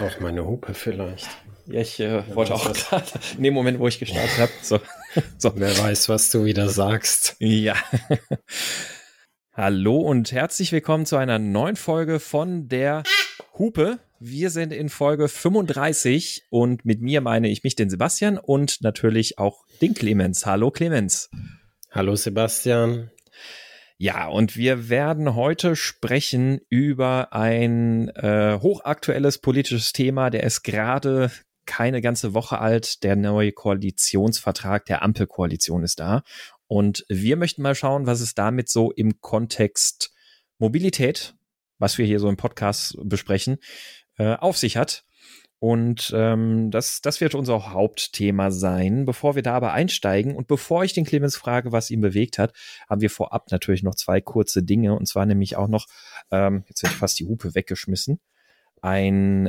auch meine Hupe vielleicht. Ja, ich wollte auch gerade in dem Moment, wo ich gestartet habe. So. Wer weiß, was du wieder sagst. Ja. Hallo und herzlich willkommen zu einer neuen Folge von der Hupe. Wir sind in Folge 35 und mit mir meine ich mich, den Sebastian, und natürlich auch den Clemens. Hallo Clemens. Hallo Sebastian. Ja, und wir werden heute sprechen über ein hochaktuelles politisches Thema, der ist gerade keine ganze Woche alt. Der neue Koalitionsvertrag der Ampelkoalition ist da. Und wir möchten mal schauen, was es damit so im Kontext Mobilität, was wir hier so im Podcast besprechen, auf sich hat. Und das wird unser Hauptthema sein. Bevor wir da aber einsteigen und bevor ich den Clemens frage, was ihn bewegt hat, haben wir vorab natürlich noch zwei kurze Dinge. Und zwar nämlich auch noch, jetzt hätte ich fast die Hupe weggeschmissen, ein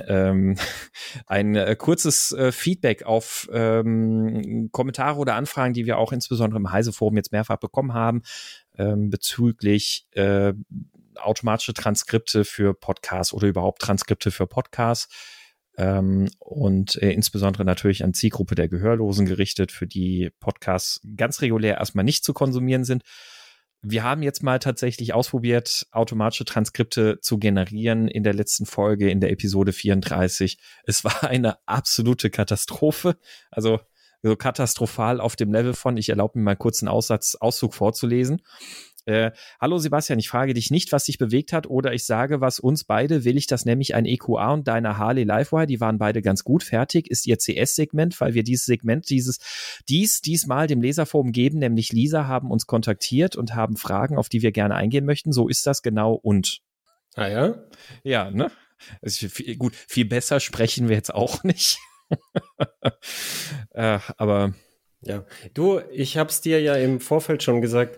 kurzes Feedback auf Kommentare oder Anfragen, die wir auch insbesondere im Heise-Forum jetzt mehrfach bekommen haben, bezüglich automatische Transkripte für Podcasts oder überhaupt Transkripte für Podcasts. Und insbesondere natürlich an Zielgruppe der Gehörlosen gerichtet, für die Podcasts ganz regulär erstmal nicht zu konsumieren sind. Wir haben jetzt mal tatsächlich ausprobiert, automatische Transkripte zu generieren in der letzten Folge, in der Episode 34. Es war eine absolute Katastrophe, also so katastrophal auf dem Level von, ich erlaube mir mal kurz einen Auszug vorzulesen. Hallo Sebastian, ich frage dich nicht, was dich bewegt hat, oder ich sage, was uns beide, will ich das nämlich ein EQA und deine Harley Livewire, die waren beide ganz gut, fertig ist ihr CS-Segment, weil wir dieses Segment diesmal dem Leserforum geben, nämlich Lisa haben uns kontaktiert und haben Fragen, auf die wir gerne eingehen möchten, so ist das genau und. Ah ja? Ja, ne? Gut, viel besser sprechen wir jetzt auch nicht. Aber ja, du, ich hab's dir ja im Vorfeld schon gesagt,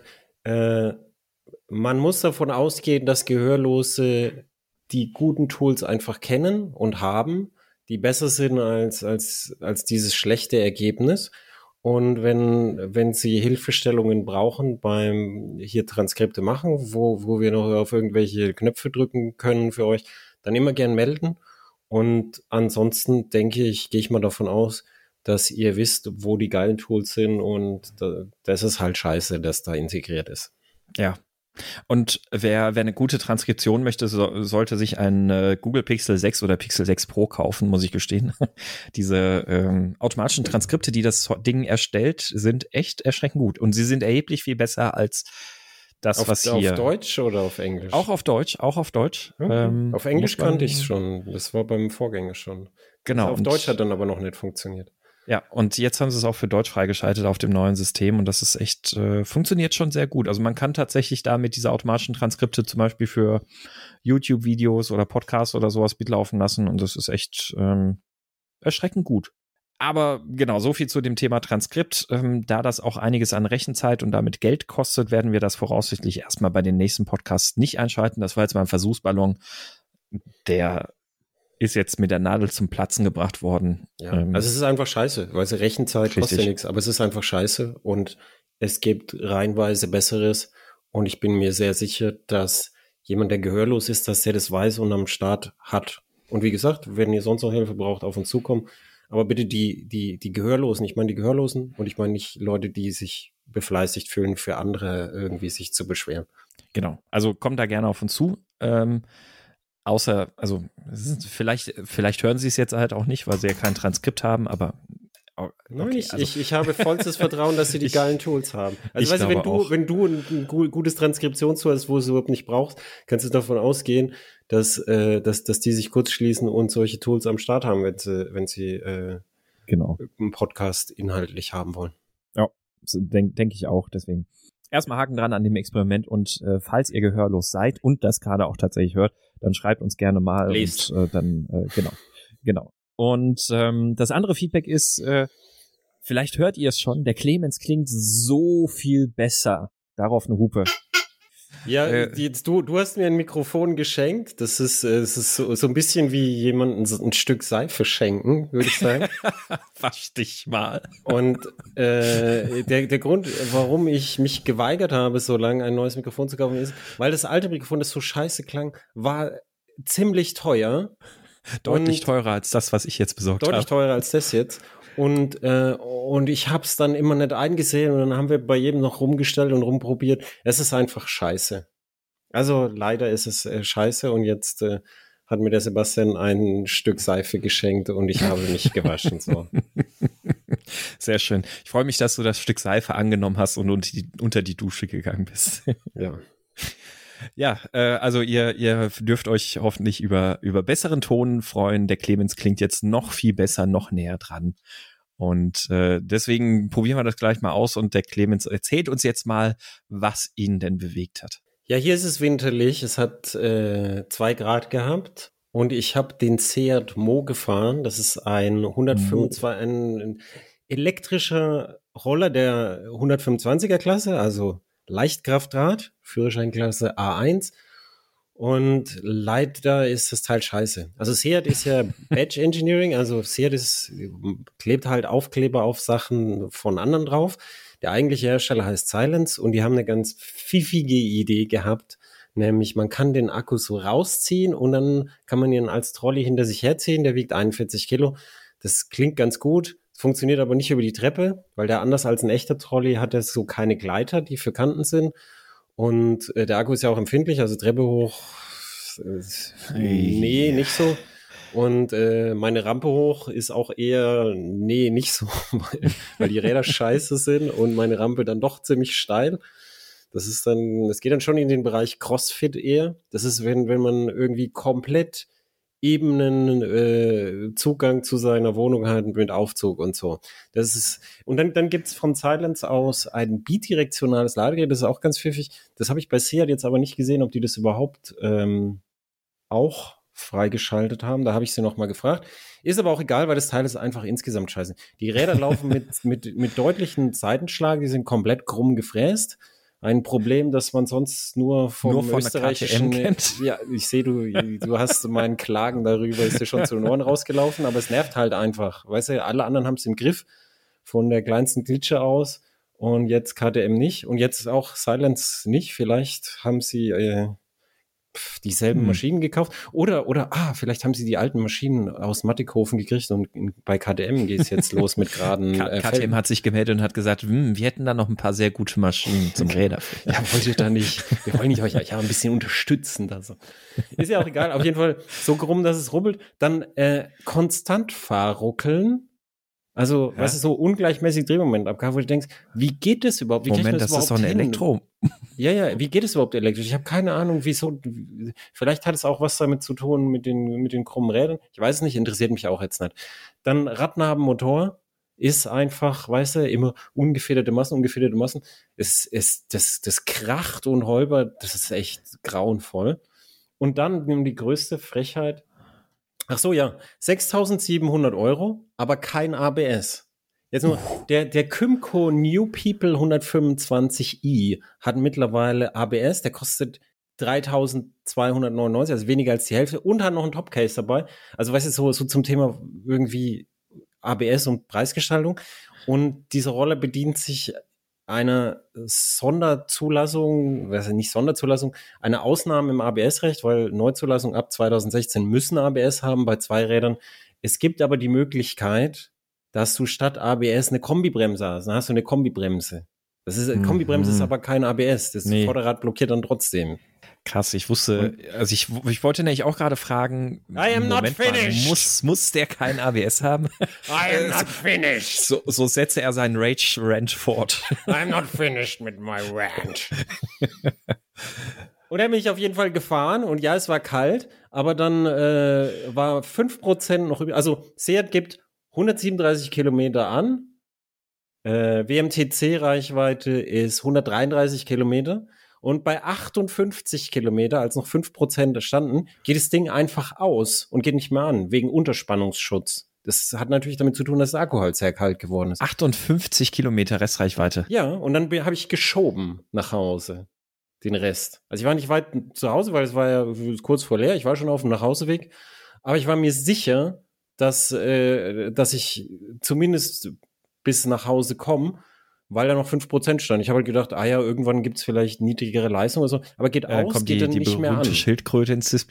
man muss davon ausgehen, dass Gehörlose die guten Tools einfach kennen und haben, die besser sind als dieses schlechte Ergebnis. Und wenn sie Hilfestellungen brauchen beim hier Transkripte machen, wo wir noch auf irgendwelche Knöpfe drücken können für euch, dann immer gern melden. Und ansonsten gehe ich mal davon aus, dass ihr wisst, wo die geilen Tools sind, und das ist halt scheiße, dass da integriert ist. Ja. Und wer eine gute Transkription möchte, sollte sich ein Google Pixel 6 oder Pixel 6 Pro kaufen, muss ich gestehen. Diese automatischen Transkripte, die das Ding erstellt, sind echt erschreckend gut. Und sie sind erheblich viel besser als das, was hier... Auf Deutsch oder auf Englisch? Auch auf Deutsch. Okay. Auf Englisch kannte ich es schon. Das war beim Vorgänger schon. Genau. Auf Deutsch hat dann aber noch nicht funktioniert. Ja, und jetzt haben sie es auch für Deutsch freigeschaltet auf dem neuen System, und das ist echt, funktioniert schon sehr gut. Also man kann tatsächlich damit diese automatischen Transkripte zum Beispiel für YouTube-Videos oder Podcasts oder sowas mitlaufen lassen, und das ist echt erschreckend gut. Aber genau, so viel zu dem Thema Transkript. Da das auch einiges an Rechenzeit und damit Geld kostet, werden wir das voraussichtlich erstmal bei den nächsten Podcasts nicht einschalten. Das war jetzt mal ein Versuchsballon, der ist jetzt mit der Nadel zum Platzen gebracht worden. Ja, also es ist einfach scheiße, weil Rechenzeit kostet ja nichts, aber es ist einfach scheiße, und es gibt reihenweise Besseres, und ich bin mir sehr sicher, dass jemand, der gehörlos ist, dass der das weiß und am Start hat. Und wie gesagt, wenn ihr sonst noch Hilfe braucht, auf uns zukommen. Aber bitte die Gehörlosen, ich meine die Gehörlosen, und ich meine nicht Leute, die sich befleißigt fühlen, für andere irgendwie sich zu beschweren. Genau, also kommt da gerne auf uns zu. Außer, also vielleicht hören sie es jetzt halt auch nicht, weil sie ja kein Transkript haben, aber okay, nein, ich habe vollstes Vertrauen, dass sie die geilen Tools haben. Also weißt du, wenn du ein gutes Transkriptionstool hast, wo du es überhaupt nicht brauchst, kannst du davon ausgehen, dass die sich kurz schließen und solche Tools am Start haben, wenn sie genau einen Podcast inhaltlich haben wollen. Ja, so denk ich auch, deswegen. Erstmal Haken dran an dem Experiment, und falls ihr gehörlos seid und das gerade auch tatsächlich hört, dann schreibt uns gerne mal. Lest. Und dann, genau. Und das andere Feedback ist, vielleicht hört ihr es schon, der Clemens klingt so viel besser. Darauf eine Hupe. Ja, jetzt du hast mir ein Mikrofon geschenkt. Das ist so ein bisschen wie jemandem ein Stück Seife schenken, würde ich sagen. Wasch dich mal. Und der Grund, warum ich mich geweigert habe, so lange ein neues Mikrofon zu kaufen, ist, weil das alte Mikrofon, das so scheiße klang, war ziemlich teuer. Deutlich teurer als das, was ich jetzt besorgt habe. Deutlich teurer als das jetzt. Und ich habe es dann immer nicht eingesehen und dann haben wir bei jedem noch rumgestellt und rumprobiert. Es ist einfach scheiße. Also leider ist es scheiße und jetzt hat mir der Sebastian ein Stück Seife geschenkt und ich habe mich gewaschen. So. Sehr schön. Ich freue mich, dass du das Stück Seife angenommen hast und unter die Dusche gegangen bist. Ja. Ja, also ihr dürft euch hoffentlich über besseren Ton freuen. Der Clemens klingt jetzt noch viel besser, noch näher dran. Und deswegen probieren wir das gleich mal aus und der Clemens erzählt uns jetzt mal, was ihn denn bewegt hat. Ja, hier ist es winterlich. Es hat 2 Grad gehabt und ich habe den Seat Mo gefahren. Das ist ein 125, ein elektrischer Roller der 125er Klasse, also Leichtkraftrad, Führerscheinklasse A1. Und leider ist das Teil scheiße. Also Seat ist ja Badge Engineering, also Seat klebt halt Aufkleber auf Sachen von anderen drauf. Der eigentliche Hersteller heißt Silence und die haben eine ganz pfiffige Idee gehabt, nämlich man kann den Akku so rausziehen und dann kann man ihn als Trolley hinter sich herziehen, der wiegt 41 Kilo. Das klingt ganz gut, funktioniert aber nicht über die Treppe, weil der anders als ein echter Trolley hat er so keine Gleiter, die für Kanten sind. Und der Akku ist ja auch empfindlich, also Treppe hoch, nee, nicht so. Und meine Rampe hoch ist auch eher, nee, nicht so, weil die Räder scheiße sind und meine Rampe dann doch ziemlich steil. Das geht dann schon in den Bereich CrossFit eher. Das ist, wenn man irgendwie komplett ebenen Zugang zu seiner Wohnung hat mit Aufzug und so. Das ist, und dann gibt's von Silence aus ein bidirektionales Ladegerät, das ist auch ganz pfiffig. Das habe ich bei Seat jetzt aber nicht gesehen, ob die das überhaupt auch freigeschaltet haben. Da habe ich sie noch mal gefragt. Ist aber auch egal, weil das Teil ist einfach insgesamt scheiße. Die Räder laufen mit deutlichen Seitenschlag, die sind komplett krumm gefräst. Ein Problem, das man sonst nur vom österreichischen kennt. Ja, ich sehe, du hast meinen Klagen darüber, ist dir schon zu den Ohren rausgelaufen, aber es nervt halt einfach. Weißt du, alle anderen haben es im Griff, von der kleinsten Glitsche aus und jetzt KTM nicht und jetzt auch Silence nicht. Vielleicht haben sie dieselben Maschinen gekauft oder vielleicht haben sie die alten Maschinen aus Mattighofen gekriegt und bei KTM geht es jetzt los mit geraden KTM hat sich gemeldet und hat gesagt, wir hätten da noch ein paar sehr gute Maschinen zum Räder. Ja, wollt ihr da nicht, wir wollen nicht euch ja ein bisschen unterstützen. Also. Ist ja auch egal, auf jeden Fall so krumm, dass es rubbelt. Dann konstant Fahrruckeln. Also, ja. Weißt du, so ungleichmäßig Drehmomentabgabe, wo du denkst, wie geht das überhaupt? Wie Moment, das ist doch ein Elektro. Ja, wie geht es überhaupt elektrisch? Ich habe keine Ahnung, wieso. Vielleicht hat es auch was damit zu tun mit den krummen Rädern. Ich weiß es nicht, interessiert mich auch jetzt nicht. Dann Radnabenmotor ist einfach, weißt du, immer ungefederte Massen. Das kracht und holpert, das ist echt grauenvoll. Und dann die größte Frechheit. Ach so, ja, 6.700 €, aber kein ABS. Jetzt nur, der Kymco New People 125i hat mittlerweile ABS, der kostet 3.299, also weniger als die Hälfte und hat noch ein Topcase dabei. Also weißt du, so zum Thema irgendwie ABS und Preisgestaltung. Und diese Roller bedient sich eine Sonderzulassung, nicht Sonderzulassung, eine Ausnahme im ABS-Recht, weil Neuzulassung ab 2016 müssen ABS haben bei 2 Rädern. Es gibt aber die Möglichkeit, dass du statt ABS eine Kombibremse hast. Dann hast du eine Kombibremse. Kombibremse ist aber kein ABS. Das Vorderrad blockiert dann trotzdem. Krass, ich wusste, also ich wollte nämlich auch gerade fragen, I am not finished. Muss der kein ABS haben? I am not finished. So setze er seinen Rage-Rant fort. I'm not finished with my rant. Und dann bin ich auf jeden Fall gefahren und ja, es war kalt, aber dann war 5% noch übrig. Also Seat gibt 137 Kilometer an, WMTC-Reichweite ist 133 Kilometer. Und bei 58 Kilometer, als noch 5% standen, geht das Ding einfach aus und geht nicht mehr an, wegen Unterspannungsschutz. Das hat natürlich damit zu tun, dass der Akku halt sehr kalt geworden ist. 58 Kilometer Restreichweite. Ja, und dann habe ich geschoben nach Hause, den Rest. Also ich war nicht weit zu Hause, weil es war ja kurz vor leer. Ich war schon auf dem Nachhauseweg. Aber ich war mir sicher, dass ich zumindest bis nach Hause komme, weil da noch 5% stand. Ich habe halt gedacht, irgendwann gibt's vielleicht niedrigere Leistung oder so, aber geht aus, kommt geht dann die nicht mehr an. Schildkröte ins Display?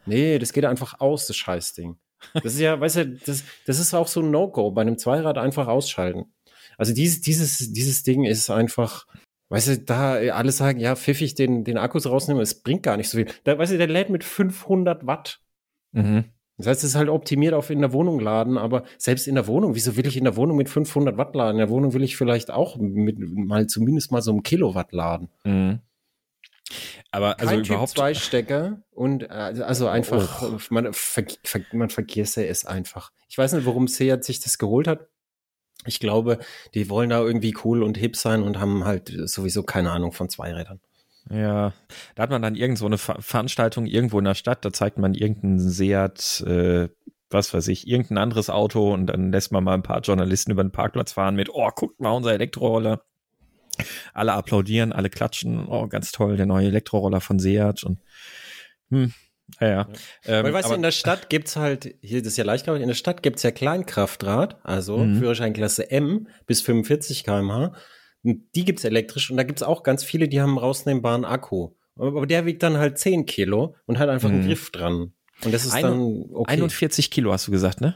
Nee, das geht einfach aus, das Scheißding. Das ist ja, weißt du, das ist auch so ein No-Go, bei einem Zweirad einfach ausschalten. Also dieses Ding ist einfach, weißt du, da alle sagen, ja, pfiffig den Akkus rausnehmen, es bringt gar nicht so viel. Da, weißt du, der lädt mit 500 Watt. Mhm. Das heißt, es ist halt optimiert auf in der Wohnung laden, aber selbst in der Wohnung, wieso will ich in der Wohnung mit 500 Watt laden? In der Wohnung will ich vielleicht auch zumindest mal so ein Kilowatt laden. Mhm. Aber also Kein überhaupt. Typ 2 Stecker und also einfach, man vergisst es einfach. Ich weiß nicht, warum Seat sich das geholt hat. Ich glaube, die wollen da irgendwie cool und hip sein und haben halt sowieso keine Ahnung von Zweirädern. Ja, da hat man dann irgend so eine Veranstaltung irgendwo in der Stadt, da zeigt man irgendeinen Seat, was weiß ich, irgendein anderes Auto und dann lässt man mal ein paar Journalisten über den Parkplatz fahren mit, oh, guckt mal, unser Elektroroller. Alle applaudieren, alle klatschen, oh, ganz toll, der neue Elektroroller von Seat und ja. Weil weißt du, in der Stadt gibt's halt, hier das ist ja leicht, in der Stadt gibt's ja Kleinkraftrad, also Führerscheinklasse M bis 45 km/h. Die gibt's elektrisch und da gibt's auch ganz viele, die haben einen rausnehmbaren Akku. Aber der wiegt dann halt 10 Kilo und hat einfach einen Griff dran. Und das ist dann okay. 41 Kilo hast du gesagt, ne?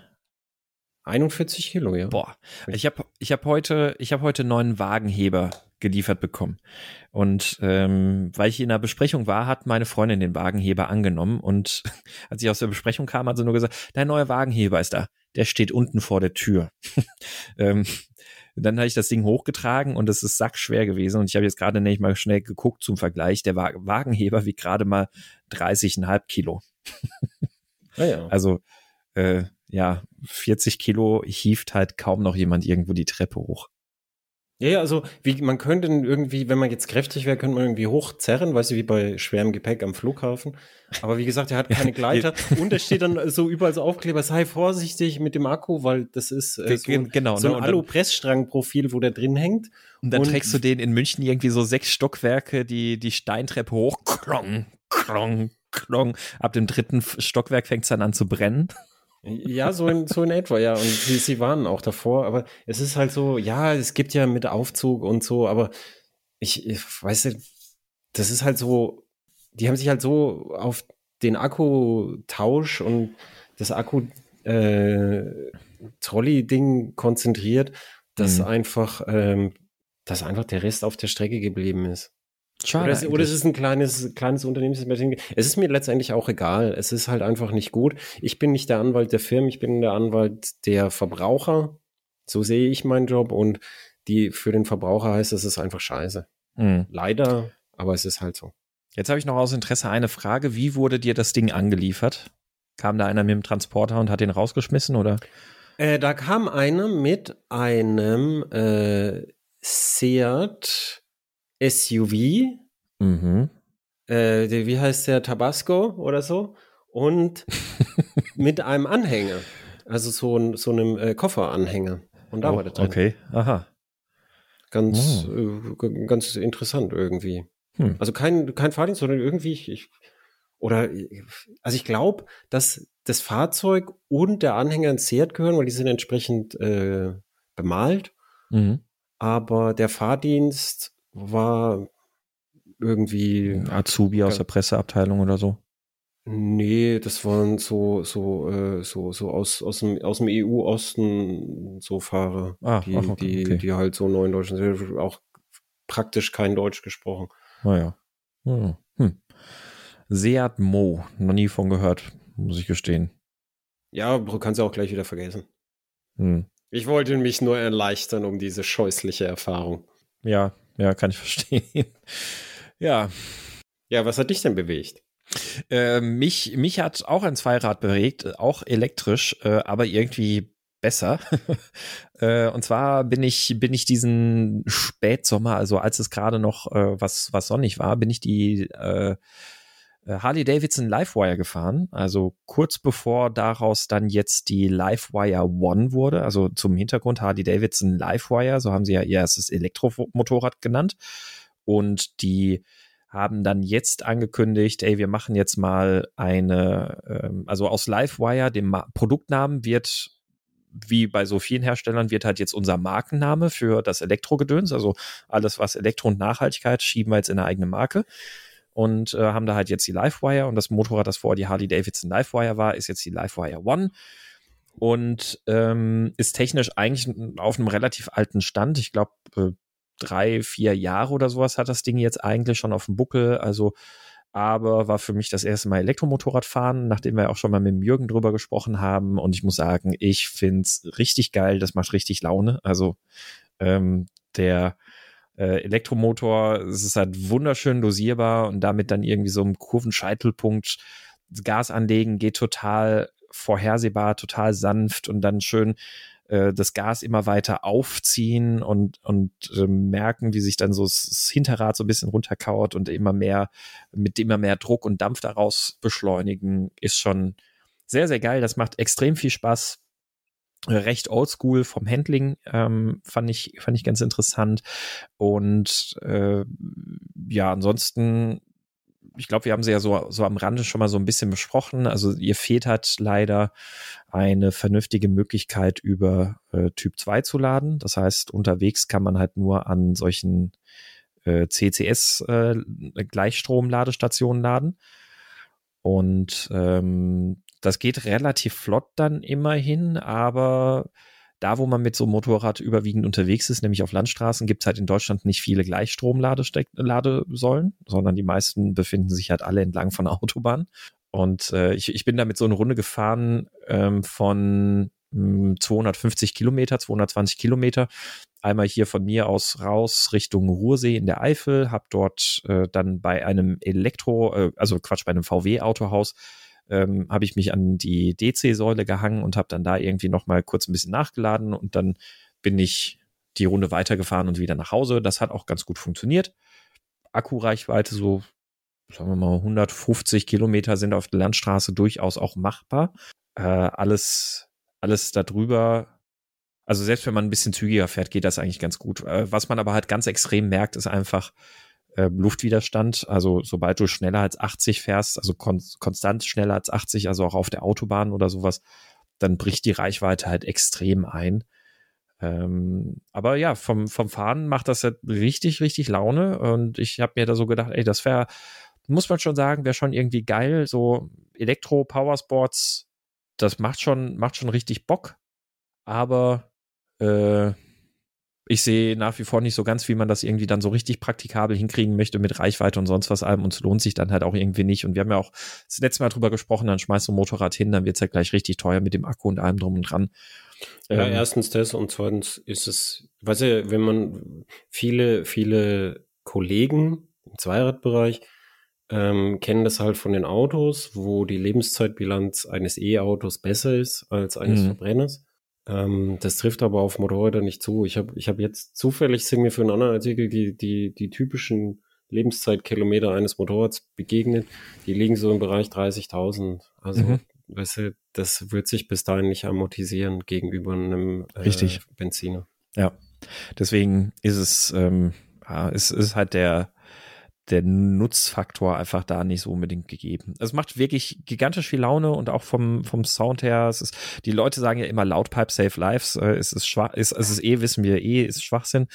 41 Kilo, ja. Boah, ich hab heute einen neuen Wagenheber geliefert bekommen. Und weil ich in der Besprechung war, hat meine Freundin den Wagenheber angenommen. Und als ich aus der Besprechung kam, hat sie nur gesagt, dein neuer Wagenheber ist da. Der steht unten vor der Tür. Dann habe ich das Ding hochgetragen und es ist sackschwer gewesen. Und ich habe jetzt gerade nämlich mal schnell geguckt zum Vergleich. Der Wagenheber wiegt gerade mal 30,5 Kilo. Ja. Also, ja, 40 Kilo hieft halt kaum noch jemand irgendwo die Treppe hoch. Ja, also man könnte irgendwie, wenn man jetzt kräftig wäre, könnte man irgendwie hochzerren, weißt du, wie bei schwerem Gepäck am Flughafen. Aber wie gesagt, er hat keine Gleiter und da steht dann so überall so Aufkleber, sei vorsichtig mit dem Akku, weil das ist so ein Alu-Pressstrang-Profil, wo der drin hängt. Und dann trägst du den in München irgendwie so 6 Stockwerke, die Steintreppe hoch, klong, klong, klong. Ab dem 3. Stockwerk fängt es dann an zu brennen. Ja, so in etwa, ja. Und sie warnen auch davor, aber es ist halt so, ja, es gibt ja mit Aufzug und so, aber ich weiß nicht, das ist halt so, die haben sich halt so auf den Akkutausch und das Akku-Trolley-Ding konzentriert, dass einfach der Rest auf der Strecke geblieben ist. Schade. Oder es ist ein kleines Unternehmen. Es ist mir letztendlich auch egal. Es ist halt einfach nicht gut. Ich bin nicht der Anwalt der Firmen, ich bin der Anwalt der Verbraucher. So sehe ich meinen Job und für den Verbraucher heißt es ist einfach scheiße. Leider, aber es ist halt so. Jetzt habe ich noch aus Interesse eine Frage. Wie wurde dir das Ding angeliefert? Kam da einer mit dem Transporter und hat den rausgeschmissen, oder? Da kam einer mit einem Seat SUV, wie heißt der, Tabasco oder so, und mit einem Anhänger, also so einem Kofferanhänger. Und da war der drin. Okay, aha. Ganz interessant irgendwie. Also kein Fahrdienst, sondern irgendwie ich glaube, dass das Fahrzeug und der Anhänger in Seat gehören, weil die sind entsprechend bemalt. Aber der Fahrdienst war irgendwie Azubi aus der Presseabteilung oder so. Nee, das waren so aus dem EU-Osten so Fahrer, die halt so neu in Deutschland sind, auch praktisch kein Deutsch gesprochen. Naja. Seat Mo, noch nie von gehört, muss ich gestehen. Ja, du kannst ja auch gleich wieder vergessen. Ich wollte mich nur erleichtern um diese scheußliche Erfahrung. Ja, kann ich verstehen. Ja. Ja, was hat dich denn bewegt? Mich hat auch ein Zweirad bewegt, auch elektrisch, aber irgendwie besser. Und zwar bin ich diesen Spätsommer, also als es gerade noch was sonnig war, bin ich die Harley-Davidson Livewire gefahren, also kurz bevor daraus dann jetzt die Livewire One wurde, also zum Hintergrund Harley-Davidson Livewire, so haben sie ja ihr erstes Elektromotorrad genannt, und die haben dann jetzt angekündigt, wir machen jetzt mal also aus Livewire, dem Produktnamen, wird, wie bei so vielen Herstellern, wird halt jetzt unser Markenname für das Elektrogedöns, also alles was Elektro und Nachhaltigkeit, schieben wir jetzt in eine eigene Marke. und haben da halt jetzt die Livewire, und das Motorrad, das vorher die Harley-Davidson Livewire war, ist jetzt die Livewire One und ist technisch eigentlich auf einem relativ alten Stand. Ich glaube, 3-4 Jahre oder sowas hat das Ding jetzt eigentlich schon auf dem Buckel, also aber war für mich das erste Mal Elektromotorradfahren, nachdem wir auch schon mal mit dem Jürgen drüber gesprochen haben, und ich muss sagen, ich find's richtig geil, das macht richtig Laune, also der Elektromotor, es ist halt wunderschön dosierbar und damit dann irgendwie so im Kurvenscheitelpunkt Gas anlegen geht total vorhersehbar, total sanft und dann schön das Gas immer weiter aufziehen und merken, wie sich dann so das Hinterrad so ein bisschen runterkauert und mit immer mehr Druck und Dampf daraus beschleunigen, ist schon sehr, sehr geil. Das macht extrem viel Spaß. Recht oldschool vom Handling, fand ich ganz interessant. Und ja, ansonsten, ich glaube, wir haben sie ja so am Rande schon mal so ein bisschen besprochen. Also ihr fehlt halt leider eine vernünftige Möglichkeit, über Typ 2 zu laden. Das heißt, unterwegs kann man halt nur an solchen CCS Gleichstrom-Ladestationen laden. Und das geht relativ flott dann immerhin, aber da, wo man mit so einem Motorrad überwiegend unterwegs ist, nämlich auf Landstraßen, gibt es halt in Deutschland nicht viele Gleichstrom-Ladesäulen, sondern die meisten befinden sich halt alle entlang von Autobahnen. Und ich bin damit so eine Runde gefahren von 250 Kilometer, 220 Kilometer. Einmal hier von mir aus raus Richtung Ruhrsee in der Eifel, habe dort dann bei einem bei einem VW-Autohaus habe ich mich an die DC-Säule gehangen und habe dann da irgendwie noch mal kurz ein bisschen nachgeladen und dann bin ich die Runde weitergefahren und wieder nach Hause. Das hat auch ganz gut funktioniert. Akkureichweite so, sagen wir mal, 150 Kilometer sind auf der Landstraße durchaus auch machbar. Alles darüber, also selbst wenn man ein bisschen zügiger fährt, geht das eigentlich ganz gut. Was man aber halt ganz extrem merkt, ist einfach Luftwiderstand. Also sobald du schneller als 80 fährst, also konstant schneller als 80, also auch auf der Autobahn oder sowas, dann bricht die Reichweite halt extrem ein. Aber ja, vom Fahren macht das halt richtig, richtig Laune. Und ich habe mir da so gedacht, ey, das muss man schon sagen, wäre schon irgendwie geil. So Elektro-Powersports, das macht schon richtig Bock. Aber ich sehe nach wie vor nicht so ganz, wie man das irgendwie dann so richtig praktikabel hinkriegen möchte mit Reichweite und sonst was allem. Und es lohnt sich dann halt auch irgendwie nicht. Und wir haben ja auch das letzte Mal drüber gesprochen, dann schmeißt du ein Motorrad hin, dann wird es halt gleich richtig teuer mit dem Akku und allem drum und dran. Ja, erstens das und zweitens ist es, weißt du, wenn man viele Kollegen im Zweiradbereich kennen das halt von den Autos, wo die Lebenszeitbilanz eines E-Autos besser ist als eines Verbrenners. Das trifft aber auf Motorräder nicht zu. Ich hab jetzt zufällig, sind mir für einen anderen Artikel die typischen Lebenszeitkilometer eines Motorrads begegnet. Die liegen so im Bereich 30.000. Also, weißt du, das wird sich bis dahin nicht amortisieren gegenüber einem Benziner. Ja, deswegen ist es, es ist halt der Nutzfaktor einfach da nicht so unbedingt gegeben. Es macht wirklich gigantisch viel Laune und auch vom Sound her, die Leute sagen ja immer Loudpipe Save Lives, es ist wissen wir ist Schwachsinn.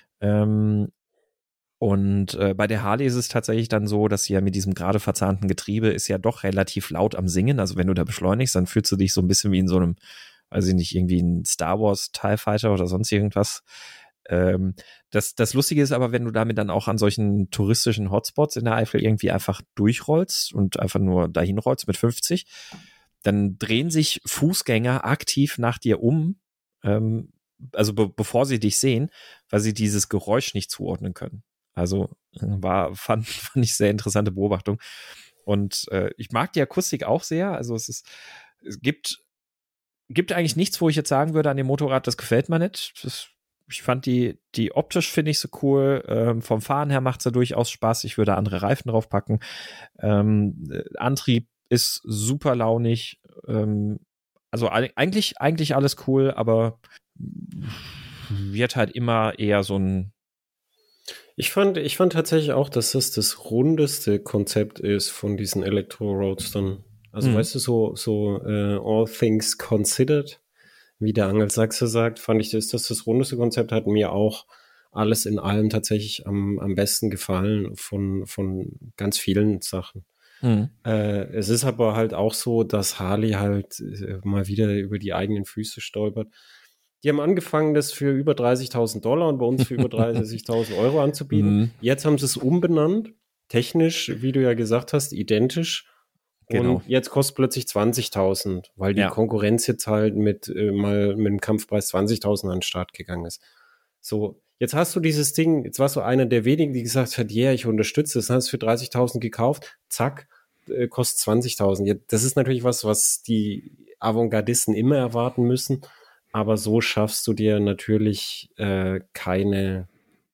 Und bei der Harley ist es tatsächlich dann so, dass sie ja mit diesem gerade verzahnten Getriebe ist ja doch relativ laut am Singen. Also wenn du da beschleunigst, dann fühlst du dich so ein bisschen wie in so einem, weiß ich nicht, irgendwie ein Star Wars TIE Fighter oder sonst irgendwas. Das Lustige ist aber, wenn du damit dann auch an solchen touristischen Hotspots in der Eifel irgendwie einfach durchrollst und einfach nur dahin rollst mit 50, dann drehen sich Fußgänger aktiv nach dir um, also bevor sie dich sehen, weil sie dieses Geräusch nicht zuordnen können. Also fand ich sehr interessante Beobachtung. Und ich mag die Akustik auch sehr. Also es gibt eigentlich nichts, wo ich jetzt sagen würde an dem Motorrad, das gefällt mir nicht. Ich fand die optisch finde ich so cool. Vom Fahren her macht es ja durchaus Spaß. Ich würde andere Reifen draufpacken. Antrieb ist super launig. Also eigentlich alles cool, aber wird halt immer eher so ein. Ich fand tatsächlich auch, dass das rundeste Konzept ist von diesen Elektro-Roadstern. Also weißt du, so all things considered, wie der Angelsachse sagt, fand ich, ist das rundeste Konzept, hat mir auch alles in allem tatsächlich am besten gefallen von ganz vielen Sachen. Es ist aber halt auch so, dass Harley halt mal wieder über die eigenen Füße stolpert. Die haben angefangen, das für über $30.000 und bei uns für über 30.000 Euro anzubieten. Jetzt haben sie es umbenannt. Technisch, wie du ja gesagt hast, identisch. Genau. Und jetzt kostet plötzlich 20.000, weil die Konkurrenz jetzt halt mit dem Kampfpreis 20.000 an den Start gegangen ist. So, jetzt hast du dieses Ding, jetzt warst du einer der wenigen, die gesagt hat, ja, ich unterstütze es, hast es für 30.000 gekauft, zack, kostet 20.000. Das ist natürlich was die Avantgardisten immer erwarten müssen, aber so schaffst du dir natürlich keine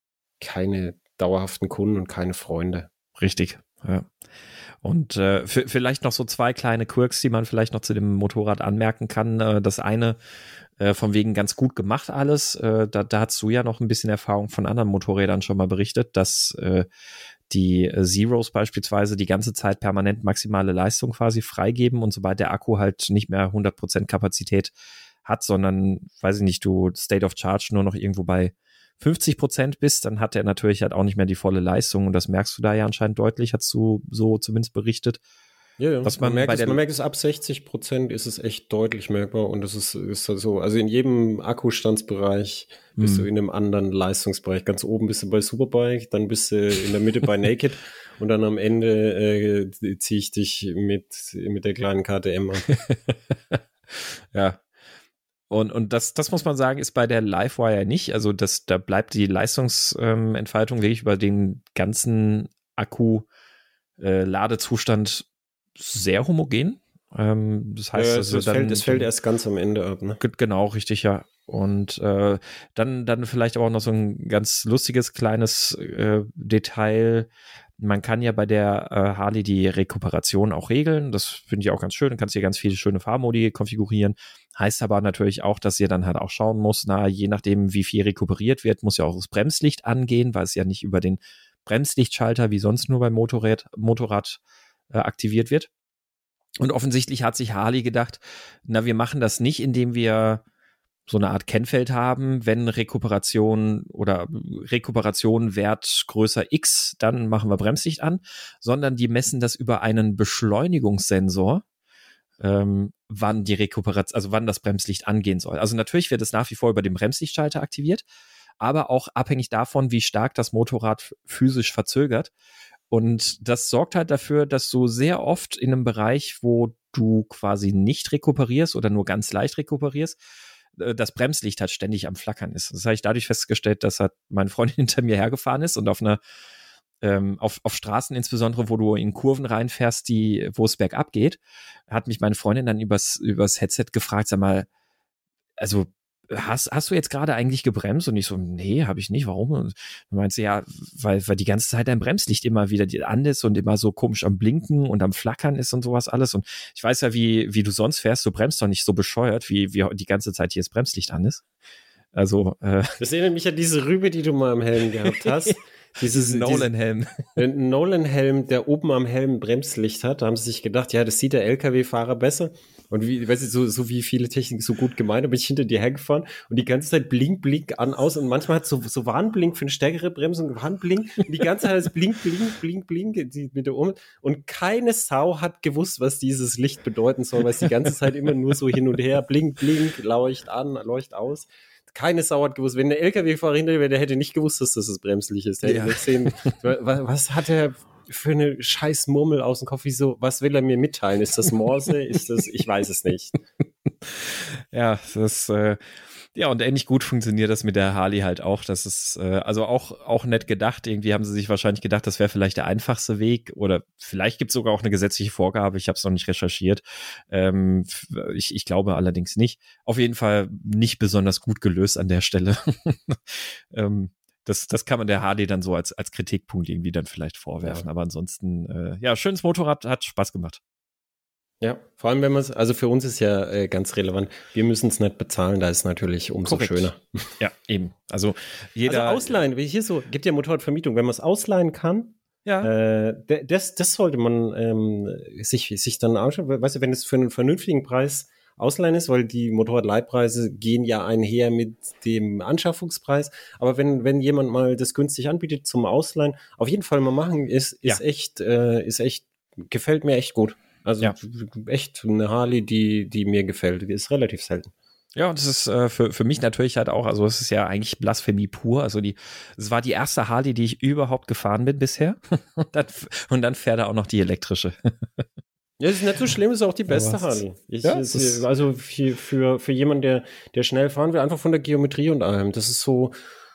dauerhaften Kunden und keine Freunde. Richtig, ja. Und vielleicht noch so 2 kleine Quirks, die man vielleicht noch zu dem Motorrad anmerken kann. Das eine, von wegen ganz gut gemacht alles. Da hast du ja noch ein bisschen Erfahrung von anderen Motorrädern schon mal berichtet, dass die Zeros beispielsweise die ganze Zeit permanent maximale Leistung quasi freigeben und sobald der Akku halt nicht mehr 100% Kapazität hat, sondern, weiß ich nicht, du State of Charge nur noch irgendwo bei 50% bist, dann hat er natürlich halt auch nicht mehr die volle Leistung und das merkst du da ja anscheinend deutlich, hast du so zumindest berichtet. Ja, was man merkt es ab 60% ist es echt deutlich merkbar und das ist halt so, also in jedem Akkustandsbereich bist du in einem anderen Leistungsbereich. Ganz oben bist du bei Superbike, dann bist du in der Mitte bei Naked und dann am Ende ziehe ich dich mit der kleinen KTM an. Ja. Und das muss man sagen, ist bei der Livewire nicht. Also da bleibt die Leistungsentfaltung wirklich über den ganzen Akku-Ladezustand sehr homogen. Das heißt, also es fällt erst ganz am Ende ab, ne? Genau, richtig, ja. Und dann vielleicht aber auch noch so ein ganz lustiges kleines Detail. Man kann ja bei der Harley die Rekuperation auch regeln. Das finde ich auch ganz schön. Dann kannst du hier ganz viele schöne Fahrmodi konfigurieren. Heißt aber natürlich auch, dass ihr dann halt auch schauen muss, je nachdem, wie viel rekuperiert wird, muss ja auch das Bremslicht angehen, weil es ja nicht über den Bremslichtschalter wie sonst nur beim Motorrad aktiviert wird. Und offensichtlich hat sich Harley gedacht, wir machen das nicht, indem wir so eine Art Kennfeld haben, wenn Rekuperation Wert größer X, dann machen wir Bremslicht an, sondern die messen das über einen Beschleunigungssensor, wann die Rekuperation, also wann das Bremslicht angehen soll. Also natürlich wird es nach wie vor über den Bremslichtschalter aktiviert, aber auch abhängig davon, wie stark das Motorrad physisch verzögert. Und das sorgt halt dafür, dass du sehr oft in einem Bereich, wo du quasi nicht rekuperierst oder nur ganz leicht rekuperierst, das Bremslicht halt ständig am Flackern ist. Das habe ich dadurch festgestellt, dass halt meine Freundin hinter mir hergefahren ist und auf Straßen insbesondere, wo du in Kurven reinfährst, wo es bergab geht, hat mich meine Freundin dann übers Headset gefragt, sag mal, also hast du jetzt gerade eigentlich gebremst? Und ich so, nee, habe ich nicht. Warum? Und du meinst ja, weil die ganze Zeit dein Bremslicht immer wieder an ist und immer so komisch am Blinken und am Flackern ist und sowas alles. Und ich weiß ja, wie du sonst fährst. Du bremst doch nicht so bescheuert, wie die ganze Zeit hier das Bremslicht an ist. Also, das erinnert mich an diese Rübe, die du mal am Helm gehabt hast. Dieses Nolan-Helm. Ein Nolan-Helm, der oben am Helm Bremslicht hat, da haben sie sich gedacht, ja, das sieht der LKW-Fahrer besser. Und so wie viele Technik so gut gemeint, da bin ich hinter dir hergefahren und die ganze Zeit blink, blink an, aus und manchmal hat so Warnblink für eine stärkere Bremsung, Warnblink und die ganze Zeit ist blink, blink, blink, blink mit der und keine Sau hat gewusst, was dieses Licht bedeuten soll, weil es die ganze Zeit immer nur so hin und her, blink, blink, leucht an, leucht aus. Keine Sau hat gewusst. Wenn der LKW-Fahrer hinter dir wäre, der hätte nicht gewusst, dass das Bremslicht ist. Der hätte gesehen, was hat er für eine scheiß Murmel aus dem Kopf? Wieso, was will er mir mitteilen? Ist das Morse? Ich weiß es nicht. Ja, und ähnlich gut funktioniert das mit der Harley halt auch. Das ist also auch nett gedacht. Irgendwie haben sie sich wahrscheinlich gedacht, das wäre vielleicht der einfachste Weg oder vielleicht gibt es sogar auch eine gesetzliche Vorgabe. Ich habe es noch nicht recherchiert. Ich glaube allerdings nicht. Auf jeden Fall nicht besonders gut gelöst an der Stelle. Das kann man der Harley dann so als Kritikpunkt irgendwie dann vielleicht vorwerfen. Ja. Aber ansonsten, schönes Motorrad, hat Spaß gemacht. Ja, vor allem wenn man es, also für uns ist ja ganz relevant, wir müssen es nicht bezahlen, da ist natürlich umso schöner. Ja, eben. Also ausleihen, wie hier so, gibt ja Motorradvermietung, wenn man es ausleihen kann, das sollte man sich dann anschauen, weißt du, wenn es für einen vernünftigen Preis Ausleihen ist, weil die Motorradleihpreise gehen ja einher mit dem Anschaffungspreis. Aber wenn jemand mal das günstig anbietet zum Ausleihen, auf jeden Fall mal machen, ist echt, gefällt mir echt gut. Also echt eine Harley, die mir gefällt. Die ist relativ selten. Ja, und das ist für mich natürlich halt auch, also es ist ja eigentlich Blasphemie pur. Also es war die erste Harley, die ich überhaupt gefahren bin bisher. und dann fährt er auch noch die elektrische. Ja, das ist nicht so schlimm, ist auch die beste Harley. Also für jemanden, der schnell fahren will, einfach von der Geometrie und allem. Das ist so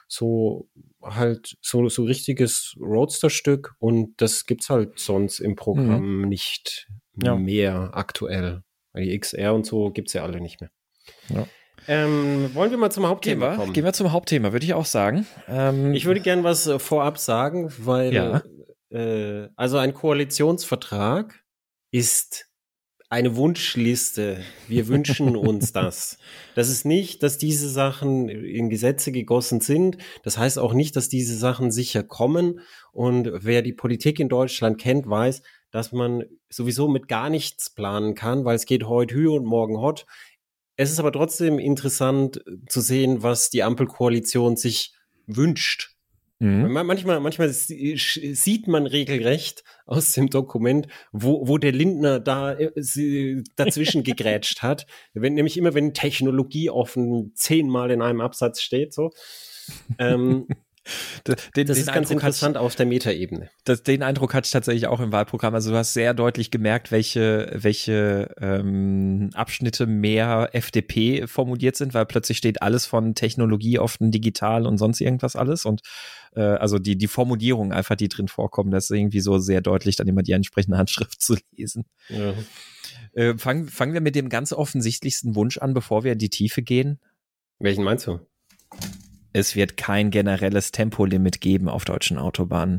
richtiges Roadster-Stück und das gibt's halt sonst im Programm nicht mehr aktuell. Die XR und so gibt's ja alle nicht mehr. Ja. Wollen wir mal zum Hauptthema kommen? Gehen wir zum Hauptthema, würde ich auch sagen. Ich würde gern was vorab sagen, weil also ein Koalitionsvertrag ist eine Wunschliste. Wir wünschen uns das. Das ist nicht, dass diese Sachen in Gesetze gegossen sind. Das heißt auch nicht, dass diese Sachen sicher kommen. Und wer die Politik in Deutschland kennt, weiß, dass man sowieso mit gar nichts planen kann, weil es geht heute Hü und morgen Hott. Es ist aber trotzdem interessant zu sehen, was die Ampelkoalition sich wünscht. Mhm. Manchmal sieht man regelrecht aus dem Dokument, wo der Lindner dazwischen gegrätscht hat. Wenn Technologie offen 10-mal in einem Absatz steht, so. Das ist ganz interessant auf der Metaebene. Den Eindruck hatte ich tatsächlich auch im Wahlprogramm. Also du hast sehr deutlich gemerkt, welche Abschnitte mehr FDP formuliert sind, weil plötzlich steht alles von Technologie offen, digital und sonst irgendwas alles. Und also die Formulierung einfach, die drin vorkommen, das ist irgendwie so sehr deutlich, dann immer die entsprechende Handschrift zu lesen. Ja. Fangen wir mit dem ganz offensichtlichsten Wunsch an, bevor wir in die Tiefe gehen. Welchen meinst du? Es wird kein generelles Tempolimit geben auf deutschen Autobahnen.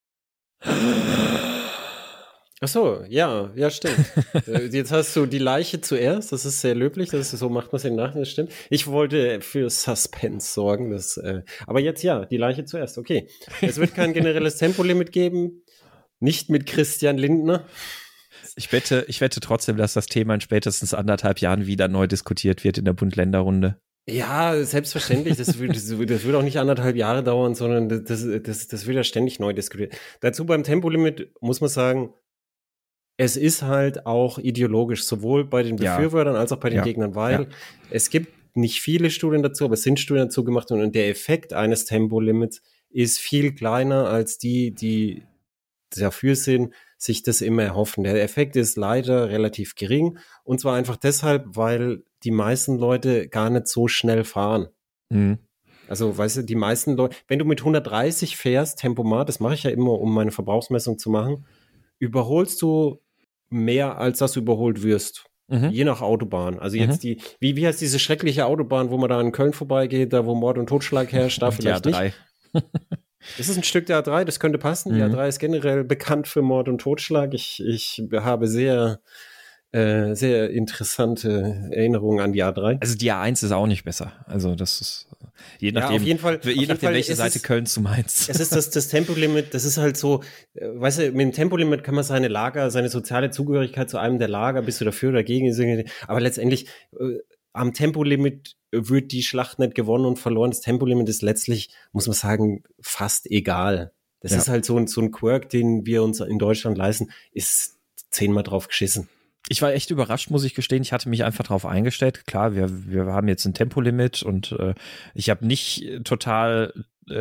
Ach so, ja, stimmt. Jetzt hast du die Leiche zuerst, das ist sehr löblich, so macht man es im Nachhinein, das stimmt. Ich wollte für Suspense sorgen, aber jetzt die Leiche zuerst, okay. Es wird kein generelles Tempolimit geben, nicht mit Christian Lindner. Ich wette trotzdem, dass das Thema in spätestens 1,5 Jahren wieder neu diskutiert wird in der Bund-Länder-Runde. Ja, selbstverständlich. Das wird auch nicht 1,5 Jahre dauern, sondern das wird ja ständig neu diskutiert. Dazu beim Tempolimit muss man sagen, es ist halt auch ideologisch, sowohl bei den Befürwortern als auch bei den Gegnern, weil es gibt nicht viele Studien dazu, aber es sind Studien dazu gemacht und der Effekt eines Tempolimits ist viel kleiner als die dafür sind, sich das immer erhoffen. Der Effekt ist leider relativ gering und zwar einfach deshalb, weil die meisten Leute gar nicht so schnell fahren. Mhm. Also, weißt du, die meisten Leute, wenn du mit 130 fährst, Tempomat, das mache ich ja immer, um meine Verbrauchsmessung zu machen, überholst du mehr, als dass du überholt wirst. Mhm. Je nach Autobahn. Also jetzt wie heißt diese schreckliche Autobahn, wo man da in Köln vorbeigeht, da wo Mord und Totschlag herrscht, da vielleicht nicht. Das ist ein Stück der A3, das könnte passen. Die A3 ist generell bekannt für Mord und Totschlag. Ich habe sehr interessante Erinnerungen an die A3. Also die A1 ist auch nicht besser. Also das ist je nachdem, auf jeden Fall, welche Seite Kölns du meinst. Es ist das Tempolimit, das ist halt so, weißt du, mit dem Tempolimit kann man seine soziale Zugehörigkeit zu einem der Lager, bist du dafür oder dagegen, aber letztendlich am Tempolimit wird die Schlacht nicht gewonnen und verloren. Das Tempolimit ist letztlich, muss man sagen, fast egal. Das ist halt so ein Quirk, den wir uns in Deutschland leisten, ist 10-mal drauf geschissen. Ich war echt überrascht, muss ich gestehen. Ich hatte mich einfach darauf eingestellt. Klar, wir haben jetzt ein Tempolimit und ich habe nicht total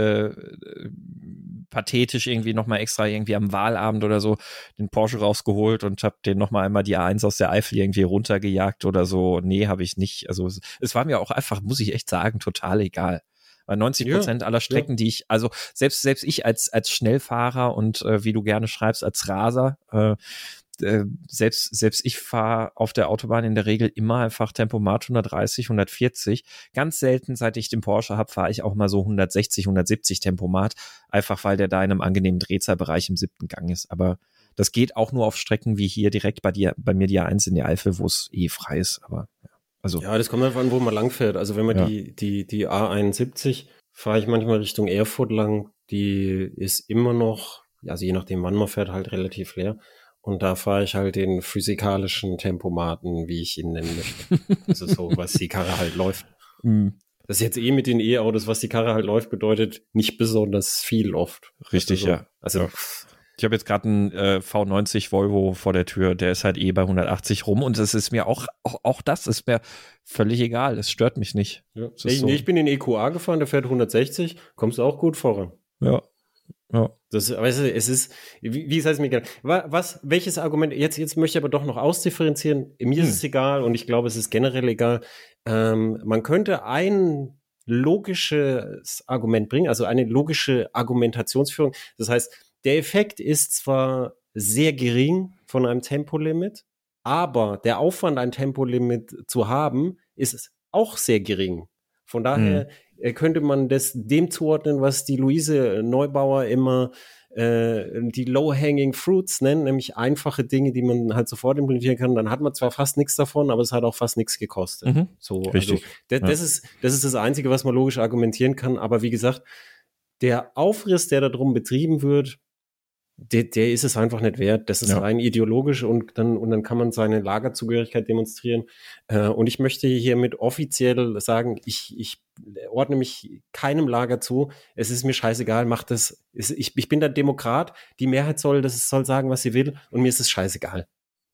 pathetisch irgendwie nochmal extra irgendwie am Wahlabend oder so den Porsche rausgeholt und habe den nochmal einmal die A1 aus der Eifel irgendwie runtergejagt oder so. Nee, habe ich nicht. Also es war mir auch einfach, muss ich echt sagen, total egal. Weil 90% aller Strecken, die ich, also selbst ich als Schnellfahrer und wie du gerne schreibst, als Raser, selbst ich fahre auf der Autobahn in der Regel immer einfach Tempomat 130, 140. Ganz selten, seit ich den Porsche habe, fahre ich auch mal so 160, 170 Tempomat, einfach weil der da in einem angenehmen Drehzahlbereich im 7. Gang ist. Aber das geht auch nur auf Strecken wie hier direkt bei mir die A1 in die Eifel, wo es frei ist. Aber das kommt einfach an, wo man lang fährt. Also wenn man die A71 fahre ich manchmal Richtung Erfurt lang, die ist immer noch, also je nachdem wann man fährt, halt relativ leer. Und da fahre ich halt den physikalischen Tempomaten, wie ich ihn nennen möchte. Also so, was die Karre halt läuft. Das ist jetzt mit den E-Autos, was die Karre halt läuft, bedeutet nicht besonders viel oft. Richtig, also ja. Also ich habe jetzt gerade einen V90 Volvo vor der Tür, der ist halt bei 180 rum und es ist mir auch das ist mir völlig egal, es stört mich nicht. Ja. Ich bin in EQA gefahren, der fährt 160, kommst du auch gut voran. Ja. Das, weißt du, es ist, wie ist es mir egal? Welches Argument, jetzt möchte ich aber doch noch ausdifferenzieren, mir ist es egal und ich glaube, es ist generell egal. Man könnte ein logisches Argument bringen, also eine logische Argumentationsführung. Das heißt, der Effekt ist zwar sehr gering von einem Tempolimit, aber der Aufwand, ein Tempolimit zu haben, ist auch sehr gering. Von daher könnte man das dem zuordnen, was die Luise Neubauer immer die Low-Hanging Fruits nennt, nämlich einfache Dinge, die man halt sofort implementieren kann. Dann hat man zwar fast nichts davon, aber es hat auch fast nichts gekostet. So, richtig. Also, das ist das Einzige, was man logisch argumentieren kann. Aber wie gesagt, der Aufriss, der da drum betrieben wird, der ist es einfach nicht wert. Das ist rein ideologisch und dann kann man seine Lagerzugehörigkeit demonstrieren. Und ich möchte hiermit offiziell sagen, ich ordne mich keinem Lager zu. Es ist mir scheißegal, macht das. Ich bin der Demokrat. Die Mehrheit soll sagen, was sie will. Und mir ist es scheißegal.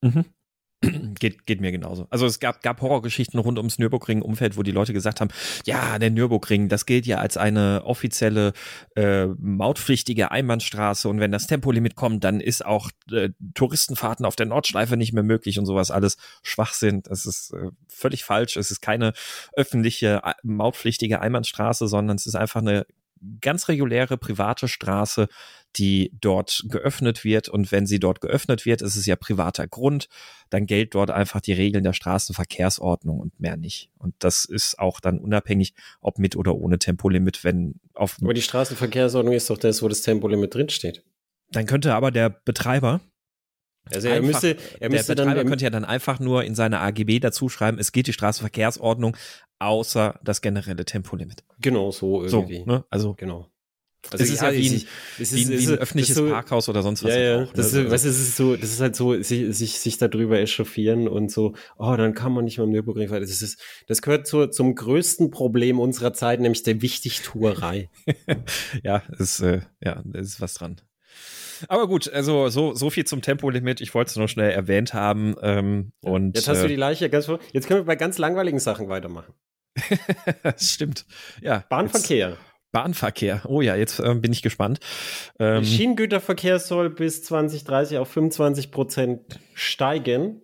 Geht mir genauso. Also es gab Horrorgeschichten rund ums Nürburgring-Umfeld, wo die Leute gesagt haben, ja, der Nürburgring, das gilt ja als eine offizielle mautpflichtige Einbahnstraße und wenn das Tempolimit kommt, dann ist auch Touristenfahrten auf der Nordschleife nicht mehr möglich und sowas alles Schwachsinn. Das ist völlig falsch. Es ist keine öffentliche mautpflichtige Einbahnstraße, sondern es ist einfach eine ganz reguläre private Straße, die dort geöffnet wird und wenn sie dort geöffnet wird, ist es ja privater Grund, dann gelten dort einfach die Regeln der Straßenverkehrsordnung und mehr nicht. Und das ist auch dann unabhängig, ob mit oder ohne Tempolimit, aber die Straßenverkehrsordnung ist doch das, wo das Tempolimit drinsteht. Dann könnte aber der Betreiber also der Betreiber könnte ja dann einfach nur in seine AGB dazu schreiben, es gilt die Straßenverkehrsordnung, außer das generelle Tempolimit. Genau, so irgendwie. So, ne? Also genau. Also es ist ja wie ein öffentliches Parkhaus oder sonst was. Ja, auch, ne? Das ist halt so, sich darüber echauffieren und so, dann kann man nicht mehr im Nürburgring fahren. Das gehört zum größten Problem unserer Zeit, nämlich der Wichtigtuerei. Ja, da ist was dran. Aber gut, also so viel zum Tempolimit. Ich wollte es nur schnell erwähnt haben. Und jetzt hast du die Leiche ganz vor. Jetzt können wir bei ganz langweiligen Sachen weitermachen. Das stimmt. Ja. Bahnverkehr. Oh ja, jetzt bin ich gespannt. Der Schienengüterverkehr soll bis 2030 auf 25% steigen.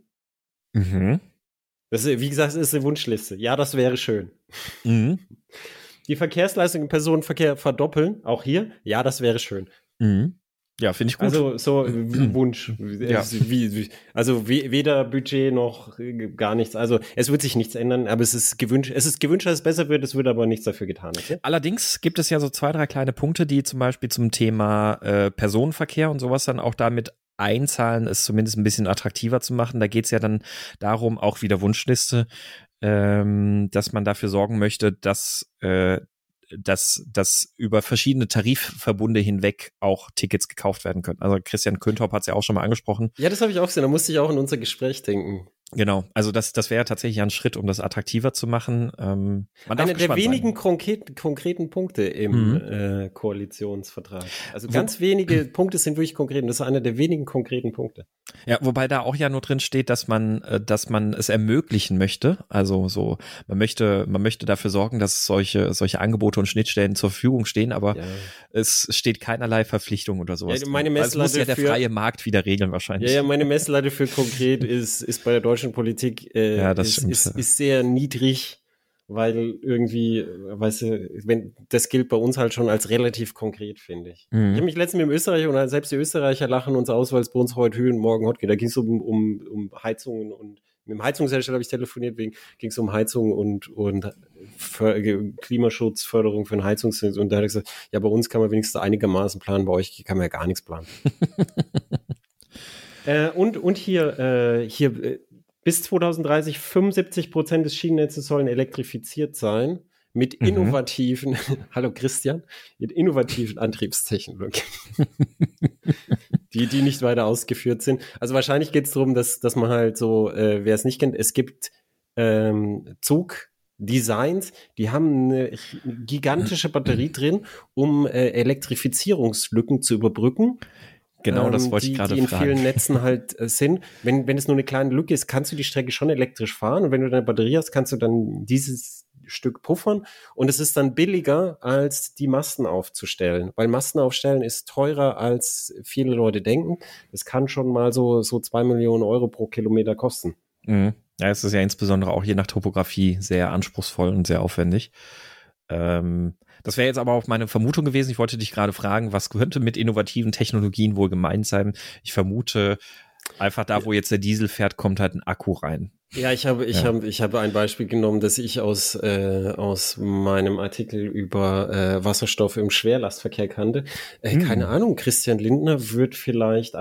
Das ist, wie gesagt, ist eine Wunschliste. Ja, das wäre schön. Die Verkehrsleistung im Personenverkehr verdoppeln. Auch hier. Ja, das wäre schön. Ja, finde ich gut. Also so Wunsch. Ja. Also weder Budget noch gar nichts. Also es wird sich nichts ändern, aber es ist gewünscht, dass es besser wird, es wird aber nichts dafür getan. Okay? Allerdings gibt es ja so 2, 3 kleine Punkte, die zum Beispiel zum Thema Personenverkehr und sowas dann auch damit einzahlen, es zumindest ein bisschen attraktiver zu machen. Da geht es ja dann darum, auch wieder Wunschliste, dass man dafür sorgen möchte, dass über verschiedene Tarifverbunde hinweg auch Tickets gekauft werden können. Also Christian Köntop hat es ja auch schon mal angesprochen. Ja, das habe ich auch gesehen. Da musste ich auch in unser Gespräch denken. Genau, also das wäre tatsächlich ein Schritt, um das attraktiver zu machen. Einer der wenigen konkreten Punkte im Koalitionsvertrag. Also ganz wenige Punkte sind wirklich konkret. Und das ist einer der wenigen konkreten Punkte. Ja, wobei da auch ja nur drin steht, dass man es ermöglichen möchte. Also so, man möchte dafür sorgen, dass solche Angebote und Schnittstellen zur Verfügung stehen, aber es steht keinerlei Verpflichtung oder sowas. Ja, meine Messlatte muss ja der freie Markt wieder regeln wahrscheinlich. Ja, meine Messlatte für konkret ist bei der deutschen Politik ist sehr niedrig, weil irgendwie, weißt du, das gilt bei uns halt schon als relativ konkret, finde ich. Ich habe mich letztens mit dem Österreicher und selbst die Österreicher lachen uns aus, weil es bei uns heute Hühn, morgen Hot geht. Da ging es um Heizungen und mit dem Heizungshersteller habe ich telefoniert, ging es um Heizung und Klimaschutz, Förderung für ein Heizungsnetz und da hat er gesagt, ja, bei uns kann man wenigstens einigermaßen planen, bei euch kann man ja gar nichts planen. Und hier bis 2030 75% des Schienennetzes sollen elektrifiziert sein mit innovativen, hallo Christian, mit innovativen Antriebstechnologien. die nicht weiter ausgeführt sind. Also wahrscheinlich geht es darum, dass man halt so, wer es nicht kennt, es gibt Zugdesigns, die haben eine gigantische Batterie drin, um Elektrifizierungslücken zu überbrücken. Genau, das wollte ich gerade fragen. Die in vielen Netzen halt sind. Wenn es nur eine kleine Lücke ist, kannst du die Strecke schon elektrisch fahren. Und wenn du deine Batterie hast, kannst du dann dieses Stück puffern. Und es ist dann billiger, als die Masten aufzustellen. Weil Masten aufstellen ist teurer, als viele Leute denken. Das kann schon mal so 2 Millionen Euro pro Kilometer kosten. Mhm. Ja, es ist ja insbesondere auch je nach Topografie sehr anspruchsvoll und sehr aufwendig. Das wäre jetzt aber auch meine Vermutung gewesen. Ich wollte dich gerade fragen, was könnte mit innovativen Technologien wohl gemeint sein? Ich vermute, einfach da, wo jetzt der Diesel fährt, kommt halt ein Akku rein. Ja, ich habe ein Beispiel genommen, das ich aus meinem Artikel über Wasserstoff im Schwerlastverkehr kannte. Keine Ahnung, Christian Lindner wird vielleicht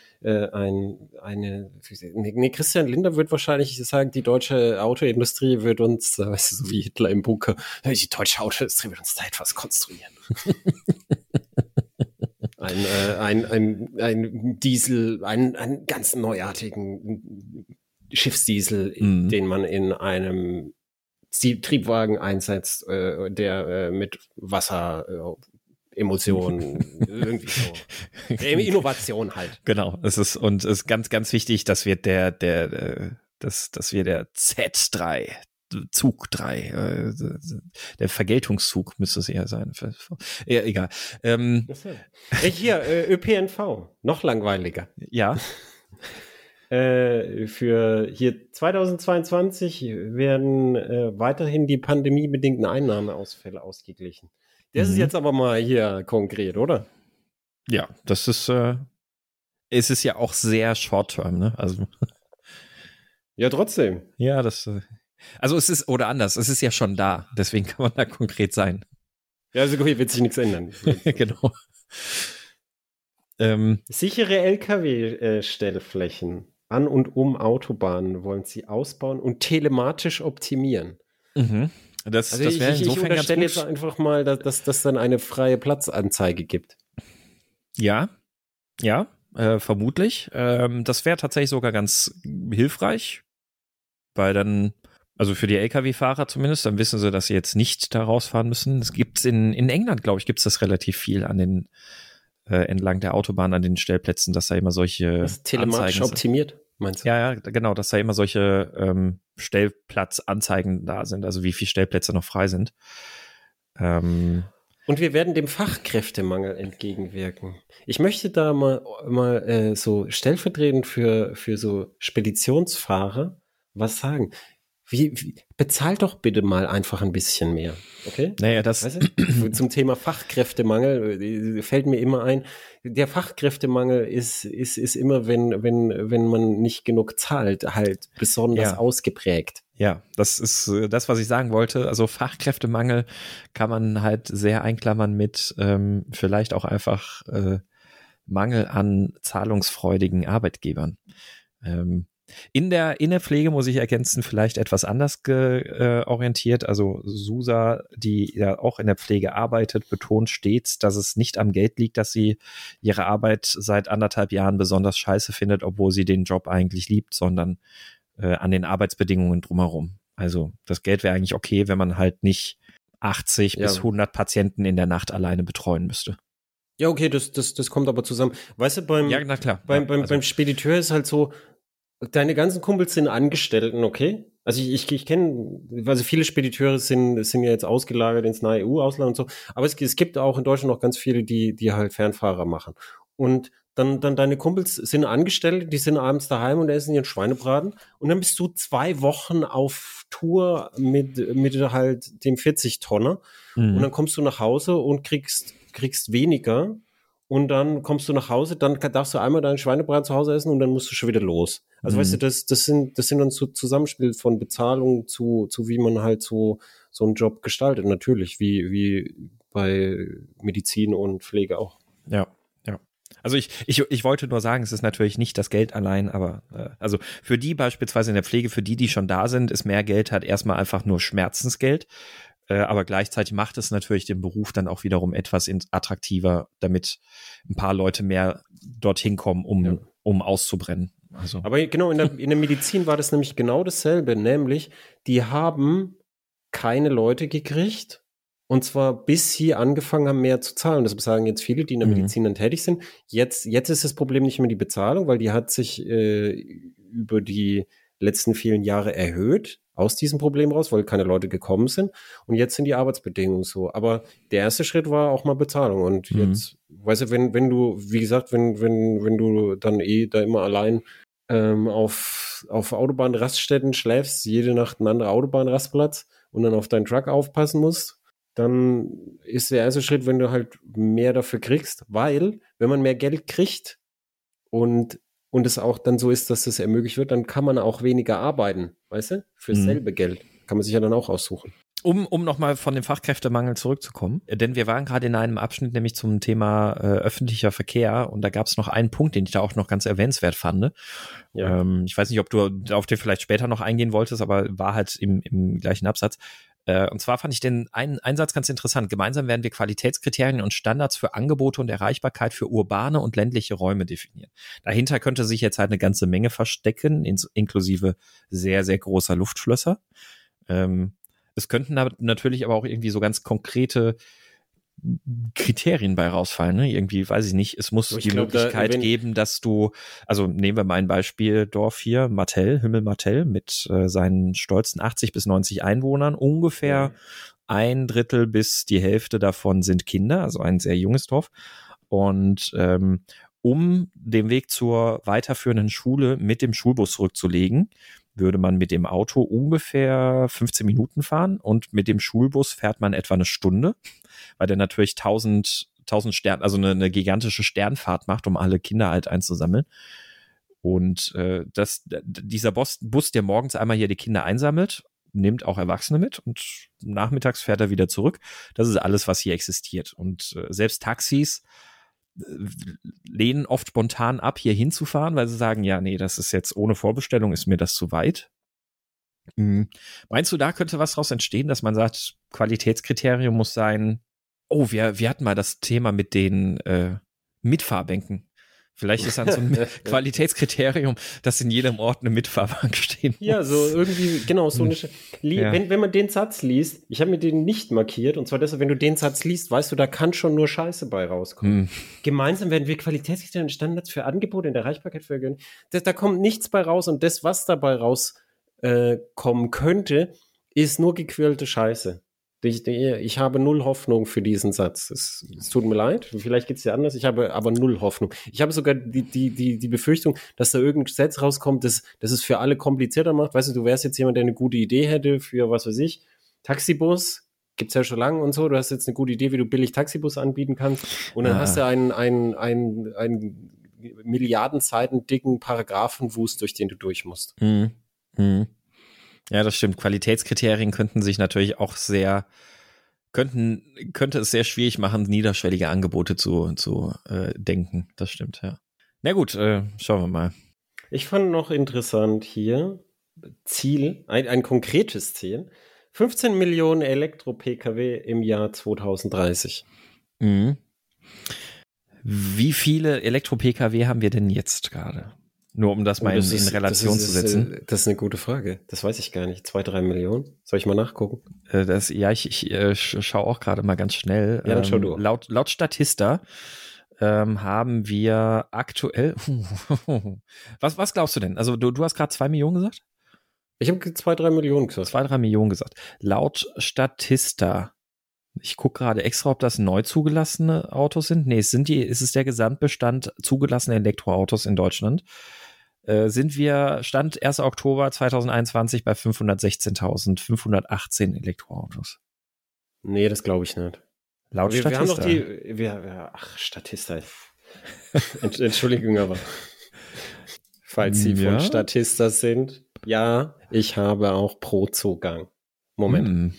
Christian Lindner wird wahrscheinlich sagen, die deutsche Autoindustrie wird uns, weißt du, so wie Hitler im Bunker, die deutsche Autoindustrie wird uns da etwas konstruieren. Ein Diesel, einen ganz neuartigen Schiffsdiesel, den man in einem Triebwagen einsetzt, der mit Wasser, Emotionen, irgendwie so. Innovation halt. Genau, es ist ganz, ganz wichtig, dass wir der Z3, Zug 3, der Vergeltungszug müsste es eher sein. Ja, egal. Hier, ÖPNV, noch langweiliger. Ja. Für hier 2022 werden weiterhin die pandemiebedingten Einnahmeausfälle ausgeglichen. Das ist jetzt aber mal hier konkret, oder? Ja, das ist es ist ja auch sehr short-term, ne? Also ja, trotzdem. Ja, also es ist, oder anders, es ist ja schon da, deswegen kann man da konkret sein. Ja, also hier wird sich nichts ändern. Genau. Sichere LKW-Stellflächen an und um Autobahnen wollen sie ausbauen und telematisch optimieren. Mhm. Das wäre insofern ich unterstelle jetzt einfach mal, dass das dann eine freie Platzanzeige gibt. Ja, vermutlich. Das wäre tatsächlich sogar ganz hilfreich, weil dann, also für die LKW-Fahrer zumindest, dann wissen sie, dass sie jetzt nicht da rausfahren müssen. Es gibt's in England, glaube ich, gibt es das relativ viel an den entlang der Autobahn an den Stellplätzen, dass da immer solche das telematisch optimiert, meinst du? Ja, genau, dass da immer solche Stellplatzanzeigen da sind, also wie viele Stellplätze noch frei sind. Und wir werden dem Fachkräftemangel entgegenwirken. Ich möchte da mal so stellvertretend für so Speditionsfahrer was sagen. Bezahlt doch bitte mal einfach ein bisschen mehr, okay? Naja, das weißt du, zum Thema Fachkräftemangel fällt mir immer ein, der Fachkräftemangel ist immer, wenn man nicht genug zahlt, halt besonders ausgeprägt. Ja, das ist das, was ich sagen wollte. Also Fachkräftemangel kann man halt sehr einklammern mit vielleicht auch einfach Mangel an zahlungsfreudigen Arbeitgebern. In der Pflege muss ich ergänzen, vielleicht etwas anders orientiert. Also SUSA, die ja auch in der Pflege arbeitet, betont stets, dass es nicht am Geld liegt, dass sie ihre Arbeit seit 1,5 Jahren besonders scheiße findet, obwohl sie den Job eigentlich liebt, sondern an den Arbeitsbedingungen drumherum. Also das Geld wäre eigentlich okay, wenn man halt nicht 80 bis 100 Patienten in der Nacht alleine betreuen müsste. Ja, okay, das kommt aber zusammen. Weißt du, beim Spediteur ist halt so, deine ganzen Kumpels sind Angestellten, okay? Also ich kenne, also viele Spediteure sind ja jetzt ausgelagert ins nahe EU-Ausland und so, aber es gibt auch in Deutschland noch ganz viele, die halt Fernfahrer machen. Und dann deine Kumpels sind Angestellte, die sind abends daheim und essen ihren Schweinebraten und dann bist du 2 Wochen auf Tour mit halt dem 40-Tonner und dann kommst du nach Hause und kriegst weniger. Und dann kommst du nach Hause, dann darfst du einmal deinen Schweinebraten zu Hause essen und dann musst du schon wieder los. Also weißt du, das sind dann so Zusammenspiel von Bezahlung zu wie man halt so einen Job gestaltet. Natürlich, wie bei Medizin und Pflege auch. Ja. Also ich wollte nur sagen, es ist natürlich nicht das Geld allein, aber also für die beispielsweise in der Pflege, für die schon da sind, ist mehr Geld halt erstmal einfach nur Schmerzensgeld. Aber gleichzeitig macht es natürlich den Beruf dann auch wiederum etwas attraktiver, damit ein paar Leute mehr dorthin kommen, um auszubrennen. Also. Aber genau, in der Medizin war das nämlich genau dasselbe, nämlich die haben keine Leute gekriegt, und zwar bis sie angefangen haben, mehr zu zahlen. Das sagen jetzt viele, die in der Medizin dann tätig sind. Jetzt ist das Problem nicht mehr die Bezahlung, weil die hat sich über die letzten vielen Jahre erhöht aus diesem Problem raus, weil keine Leute gekommen sind. Und jetzt sind die Arbeitsbedingungen so. Aber der erste Schritt war auch mal Bezahlung. Und jetzt, weißt du, wenn du, wie gesagt, wenn du dann da immer allein auf Autobahnraststätten schläfst, jede Nacht ein anderer Autobahnrastplatz und dann auf deinen Truck aufpassen musst, dann ist der erste Schritt, wenn du halt mehr dafür kriegst, weil, wenn man mehr Geld kriegt und es auch dann so ist, dass das ermöglicht wird, dann kann man auch weniger arbeiten, weißt du? Für dasselbe Geld. Kann man sich ja dann auch aussuchen. Um nochmal von dem Fachkräftemangel zurückzukommen, denn wir waren gerade in einem Abschnitt nämlich zum Thema öffentlicher Verkehr und da gab es noch einen Punkt, den ich da auch noch ganz erwähnenswert fand. Ja. Ich weiß nicht, ob du auf den vielleicht später noch eingehen wolltest, aber war halt im gleichen Absatz. Und zwar fand ich den einen Einsatz ganz interessant. Gemeinsam werden wir Qualitätskriterien und Standards für Angebote und Erreichbarkeit für urbane und ländliche Räume definieren. Dahinter könnte sich jetzt halt eine ganze Menge verstecken, inklusive sehr, sehr großer Luftschlösser. Es könnten natürlich aber auch irgendwie so ganz konkrete Kriterien bei rausfallen, ne? Irgendwie, weiß ich nicht, es muss die Möglichkeit geben, dass du, also nehmen wir mal ein Beispiel Dorf hier, Himmel Martell mit seinen stolzen 80 bis 90 Einwohnern, ungefähr ein Drittel bis die Hälfte davon sind Kinder, also ein sehr junges Dorf. Und um den Weg zur weiterführenden Schule mit dem Schulbus zurückzulegen, würde man mit dem Auto ungefähr 15 Minuten fahren und mit dem Schulbus fährt man etwa eine Stunde, weil der natürlich 1000 Stern, also eine gigantische Sternfahrt macht, um alle Kinder halt einzusammeln. Und dieser Bus, der morgens einmal hier die Kinder einsammelt, nimmt auch Erwachsene mit und nachmittags fährt er wieder zurück. Das ist alles, was hier existiert. Und selbst Taxis lehnen oft spontan ab, hier hinzufahren, weil sie sagen, ja, nee, das ist jetzt ohne Vorbestellung, ist mir das zu weit. Meinst du, da könnte was draus entstehen, dass man sagt, Qualitätskriterium muss sein, wir hatten mal das Thema mit den Mitfahrbänken. Vielleicht ist dann so ein Qualitätskriterium, dass in jedem Ort eine Mitfahrbank stehen muss. Ja, so irgendwie, genau, so eine wenn man den Satz liest, ich habe mir den nicht markiert, und zwar deshalb, wenn du den Satz liest, weißt du, da kann schon nur Scheiße bei rauskommen. Gemeinsam werden wir Qualitätskriterien und Standards für Angebote in der Erreichbarkeit für da kommt nichts bei raus, und das, was dabei rauskommen könnte, ist nur gequirlte Scheiße. Ich habe null Hoffnung für diesen Satz. Es tut mir leid, vielleicht geht es dir anders, ich habe aber null Hoffnung. Ich habe sogar die Befürchtung, dass da irgendein Gesetz rauskommt, das es für alle komplizierter macht. Weißt du wärst jetzt jemand, der eine gute Idee hätte für, was weiß ich, Taxibus, gibt's ja schon lange und so, du hast jetzt eine gute Idee, wie du billig Taxibus anbieten kannst, und dann hast du einen Milliardenseiten dicken Paragraphenwust, durch den du durch musst. Ja, das stimmt. Qualitätskriterien könnten sich natürlich auch könnte es sehr schwierig machen, niederschwellige Angebote zu denken. Das stimmt, ja. Na gut, schauen wir mal. Ich fand noch interessant hier, Ziel, ein konkretes Ziel, 15 Millionen Elektro-Pkw im Jahr 2030. Wie viele Elektro-Pkw haben wir denn jetzt gerade? Nur um das mal in Relation zu setzen. Das ist eine gute Frage. Das weiß ich gar nicht. 2-3 Millionen? Soll ich mal nachgucken? Ich schaue auch gerade mal ganz schnell. Ja, dann schau du. Laut Statista haben wir aktuell. Was glaubst du denn? Also du hast gerade 2 Millionen gesagt? Ich habe 2-3 Millionen gesagt. 2-3 Millionen gesagt. Laut Statista. Ich gucke gerade extra, ob das neu zugelassene Autos sind. Nee, es ist der Gesamtbestand zugelassener Elektroautos in Deutschland. Sind wir Stand 1. Oktober 2021 bei 516.518 Elektroautos. Nee, das glaube ich nicht. Laut Statista. Wir haben noch Statista. Entschuldigung, aber falls Sie von Statista sind, ja, ich habe auch Pro-Zugang. Moment.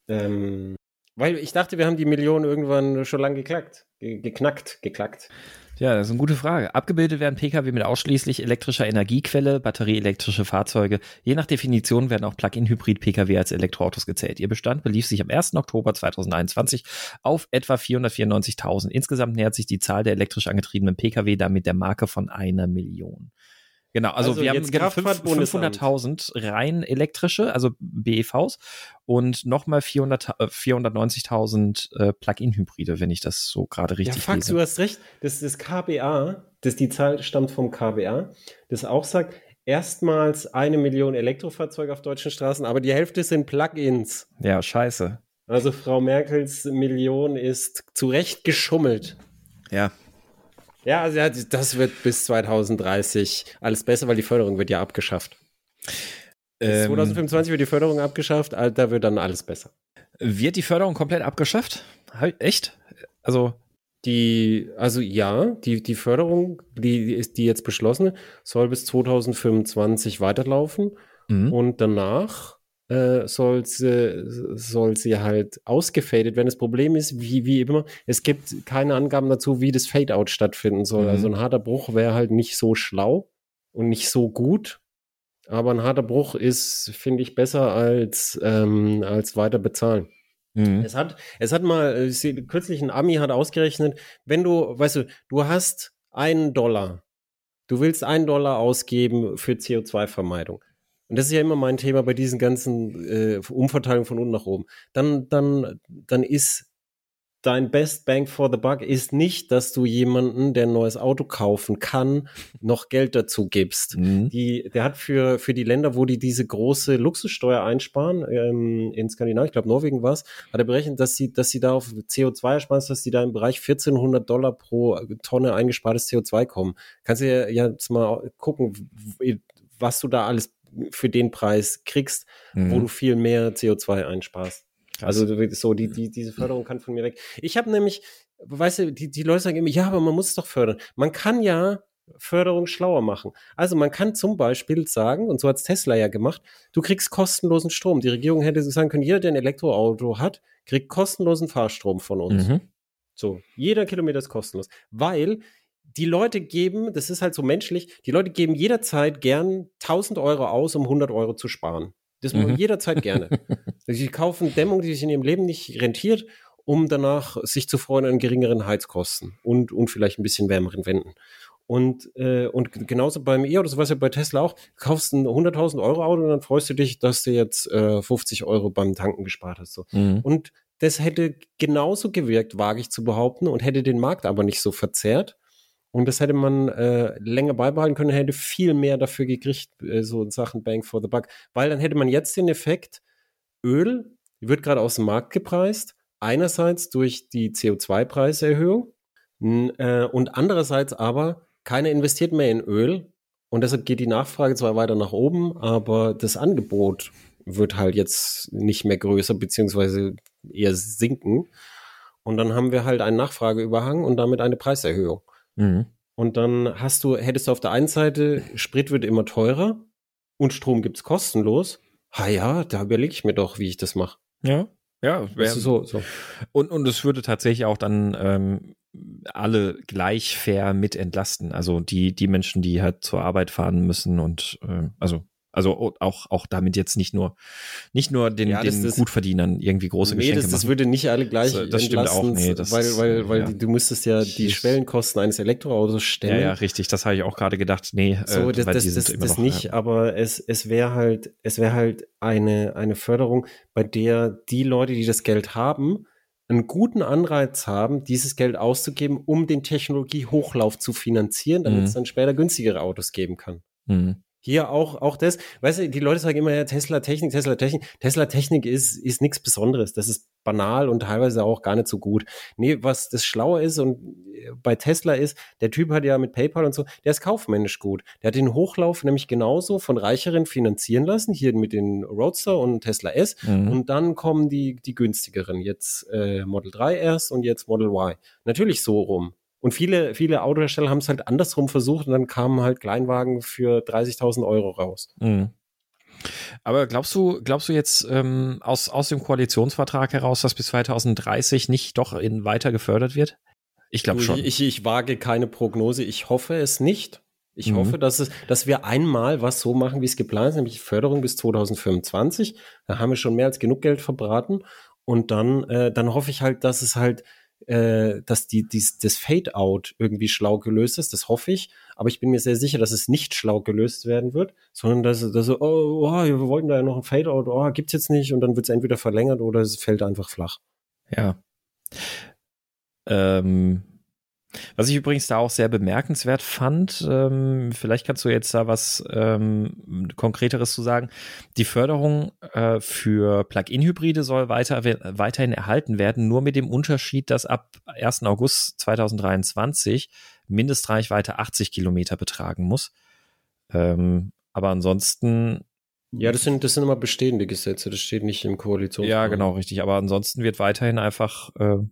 Weil ich dachte, wir haben die Millionen irgendwann schon lange geknackt. Ja, das ist eine gute Frage. Abgebildet werden Pkw mit ausschließlich elektrischer Energiequelle, batterieelektrische Fahrzeuge. Je nach Definition werden auch Plug-in-Hybrid-Pkw als Elektroautos gezählt. Ihr Bestand belief sich am 1. Oktober 2021 auf etwa 494.000. Insgesamt nähert sich die Zahl der elektrisch angetriebenen Pkw damit der Marke von 1 Million. Genau, also wir haben 500.000 rein elektrische, also BEVs und nochmal 490.000 Plug-in-Hybride, wenn ich das so gerade richtig lese. Du hast recht, das ist KBA, die Zahl stammt vom KBA, das auch sagt, erstmals 1 Million Elektrofahrzeuge auf deutschen Straßen, aber die Hälfte sind Plug-ins. Ja, scheiße. Also Frau Merkels Million ist zu Recht geschummelt. Ja. Ja, also das wird bis 2030 alles besser, weil die Förderung wird ja abgeschafft. Bis 2025 wird die Förderung abgeschafft, da wird dann alles besser. Wird die Förderung komplett abgeschafft? Echt? Also die Förderung, die jetzt beschlossene, soll bis 2025 weiterlaufen und danach soll sie halt ausgefadet werden. Das Problem ist, wie immer, es gibt keine Angaben dazu, wie das Fade-out stattfinden soll. Also ein harter Bruch wäre halt nicht so schlau und nicht so gut. Aber ein harter Bruch ist, finde ich, besser als weiter bezahlen. Es hat mal, kürzlich ein Ami hat ausgerechnet, wenn du hast $1, du willst $1 ausgeben für CO2-Vermeidung. Und das ist ja immer mein Thema bei diesen ganzen Umverteilungen von unten nach oben. Dann ist dein Best Bang for the Buck ist nicht, dass du jemanden, der ein neues Auto kaufen kann, noch Geld dazu gibst. Der hat für die Länder, wo die diese große Luxussteuer einsparen, in Skandinavien, ich glaube Norwegen war es, hat er berechnet, dass sie da auf CO2 ersparen, dass die da im Bereich $1.400 pro Tonne eingespartes CO2 kommen. Kannst du ja jetzt mal gucken, was du da alles für den Preis kriegst, wo du viel mehr CO2 einsparst. Krass. Also so diese Förderung kann von mir weg. Ich habe nämlich, weißt du, die Leute sagen immer, ja, aber man muss es doch fördern. Man kann ja Förderung schlauer machen. Also man kann zum Beispiel sagen, und so hat's Tesla ja gemacht, du kriegst kostenlosen Strom. Die Regierung hätte sagen können, jeder, der ein Elektroauto hat, kriegt kostenlosen Fahrstrom von uns. So, jeder Kilometer ist kostenlos. Weil die Leute geben, das ist halt so menschlich, die Leute geben jederzeit gern 1.000 Euro aus, um 100 Euro zu sparen. Das machen jederzeit gerne. Sie kaufen Dämmung, die sich in ihrem Leben nicht rentiert, um danach sich zu freuen an geringeren Heizkosten und vielleicht ein bisschen wärmeren Wänden. Und genauso beim E-Auto, was ja bei Tesla auch, kaufst ein 100.000 Euro Auto und dann freust du dich, dass du jetzt 50 Euro beim Tanken gespart hast. So. Und das hätte genauso gewirkt, wage ich zu behaupten, und hätte den Markt aber nicht so verzerrt. Und das hätte man länger beibehalten können, hätte viel mehr dafür gekriegt, so in Sachen Bang for the Buck. Weil dann hätte man jetzt den Effekt, Öl wird gerade aus dem Markt gepreist, einerseits durch die CO2-Preiserhöhung und andererseits aber keiner investiert mehr in Öl und deshalb geht die Nachfrage zwar weiter nach oben, aber das Angebot wird halt jetzt nicht mehr größer, beziehungsweise eher sinken. Und dann haben wir halt einen Nachfrageüberhang und damit eine Preiserhöhung. Und dann hättest du auf der einen Seite, Sprit wird immer teurer und Strom gibt's kostenlos. Ja, da überlege ich mir doch, wie ich das mache. Ja. So. Und es würde tatsächlich auch dann alle gleich fair mit entlasten. Also die Menschen, die halt zur Arbeit fahren müssen und also auch damit jetzt nicht nur den Gutverdienern irgendwie große Geschenke machen. Das würde nicht alle gleich das stimmt auch. Nee, weil du müsstest ja die Schwellenkosten eines Elektroautos stellen. Ja, richtig. Das habe ich auch gerade gedacht. Nee, so, das nicht. Aber es wäre halt eine Förderung, bei der die Leute, die das Geld haben, einen guten Anreiz haben, dieses Geld auszugeben, um den Technologiehochlauf zu finanzieren, damit es dann später günstigere Autos geben kann. Hier auch das, weißt du, die Leute sagen immer, ja, Tesla-Technik ist nichts Besonderes. Das ist banal und teilweise auch gar nicht so gut. Nee, was das Schlaue ist und bei Tesla ist, der Typ hat ja mit PayPal und so, der ist kaufmännisch gut. Der hat den Hochlauf nämlich genauso von Reicheren finanzieren lassen, hier mit den Roadster und Tesla S. Und dann kommen die günstigeren. Jetzt Model 3 erst und jetzt Model Y. Natürlich so rum. Und viele Autohersteller haben es halt andersrum versucht und dann kamen halt Kleinwagen für 30.000 Euro raus. Aber glaubst du jetzt aus dem Koalitionsvertrag heraus, dass bis 2030 nicht doch weiter gefördert wird? Ich glaube schon. Ich wage keine Prognose. Ich hoffe es nicht. Ich hoffe, dass wir einmal was so machen, wie es geplant ist, nämlich Förderung bis 2025. Da haben wir schon mehr als genug Geld verbraten. Und dann hoffe ich halt, dass es halt, dass das Fade-out irgendwie schlau gelöst ist. Das hoffe ich. Aber ich bin mir sehr sicher, dass es nicht schlau gelöst werden wird, sondern dass wir wollten da ja noch ein Fade-out, gibt's jetzt nicht. Und dann wird es entweder verlängert oder es fällt einfach flach. Ja. Was ich übrigens da auch sehr bemerkenswert fand, vielleicht kannst du jetzt da was Konkreteres zu sagen. Die Förderung für Plug-in-Hybride soll weiterhin erhalten werden, nur mit dem Unterschied, dass ab 1. August 2023 Mindestreichweite 80 Kilometer betragen muss. Aber ansonsten... Ja, das sind immer bestehende Gesetze, das steht nicht im Koalitionsprogramm. Ja, genau, richtig. Aber ansonsten wird weiterhin einfach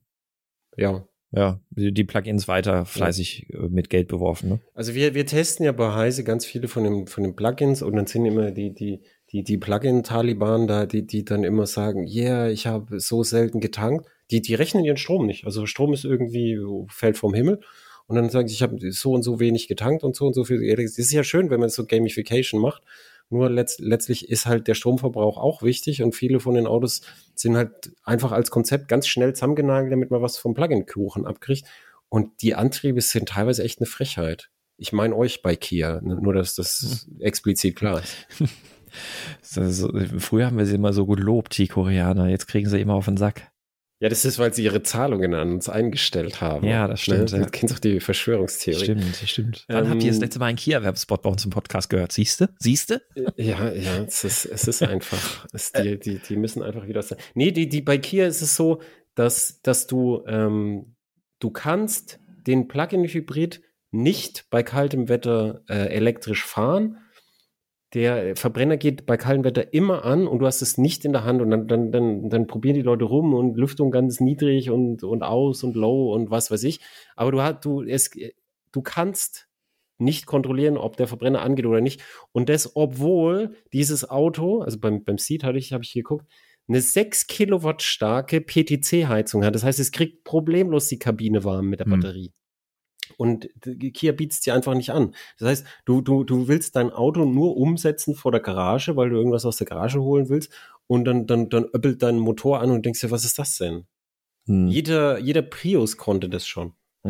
die Plugins weiter fleißig mit Geld beworfen. Ne? Also wir testen ja bei Heise ganz viele von den Plugins und dann sind immer die Plugin-Taliban da, die dann immer sagen, ich habe so selten getankt. Die rechnen ihren Strom nicht. Also Strom ist irgendwie, fällt vom Himmel. Und dann sagen sie, ich habe so und so wenig getankt und so viel. Das ist ja schön, wenn man so Gamification macht. Nur letztlich ist halt der Stromverbrauch auch wichtig und viele von den Autos sind halt einfach als Konzept ganz schnell zusammengenagelt, damit man was vom Plug-in-Kuchen abkriegt. Und die Antriebe sind teilweise echt eine Frechheit. Ich meine euch bei Kia, nur dass das explizit klar ist. Früher haben wir sie immer so gelobt, die Koreaner. Jetzt kriegen sie immer auf den Sack. Ja, das ist, weil sie ihre Zahlungen an uns eingestellt haben. Ja, das stimmt. Ne? Du kennst doch die Verschwörungstheorie. Stimmt. Wann habt ihr das letzte Mal einen Kia-Werbespot bei uns im Podcast gehört? Siehste? Ja, es ist einfach. Die müssen einfach wieder sein. Nee, die bei Kia ist es so, dass du kannst den Plug-in-Hybrid nicht bei kaltem Wetter elektrisch fahren. Der Verbrenner geht bei kaltem Wetter immer an und du hast es nicht in der Hand und dann probieren die Leute rum und Lüftung ganz niedrig und aus und low und was weiß ich. Aber du kannst nicht kontrollieren, ob der Verbrenner angeht oder nicht. Und das, obwohl dieses Auto, also beim Seat habe ich geguckt, eine 6 Kilowatt starke PTC-Heizung hat. Das heißt, es kriegt problemlos die Kabine warm mit der Batterie. Und Kia bietet es dir einfach nicht an. Das heißt, du willst dein Auto nur umsetzen vor der Garage, weil du irgendwas aus der Garage holen willst und dann öppelt dein Motor an und denkst dir, was ist das denn? Jeder Prius konnte das schon.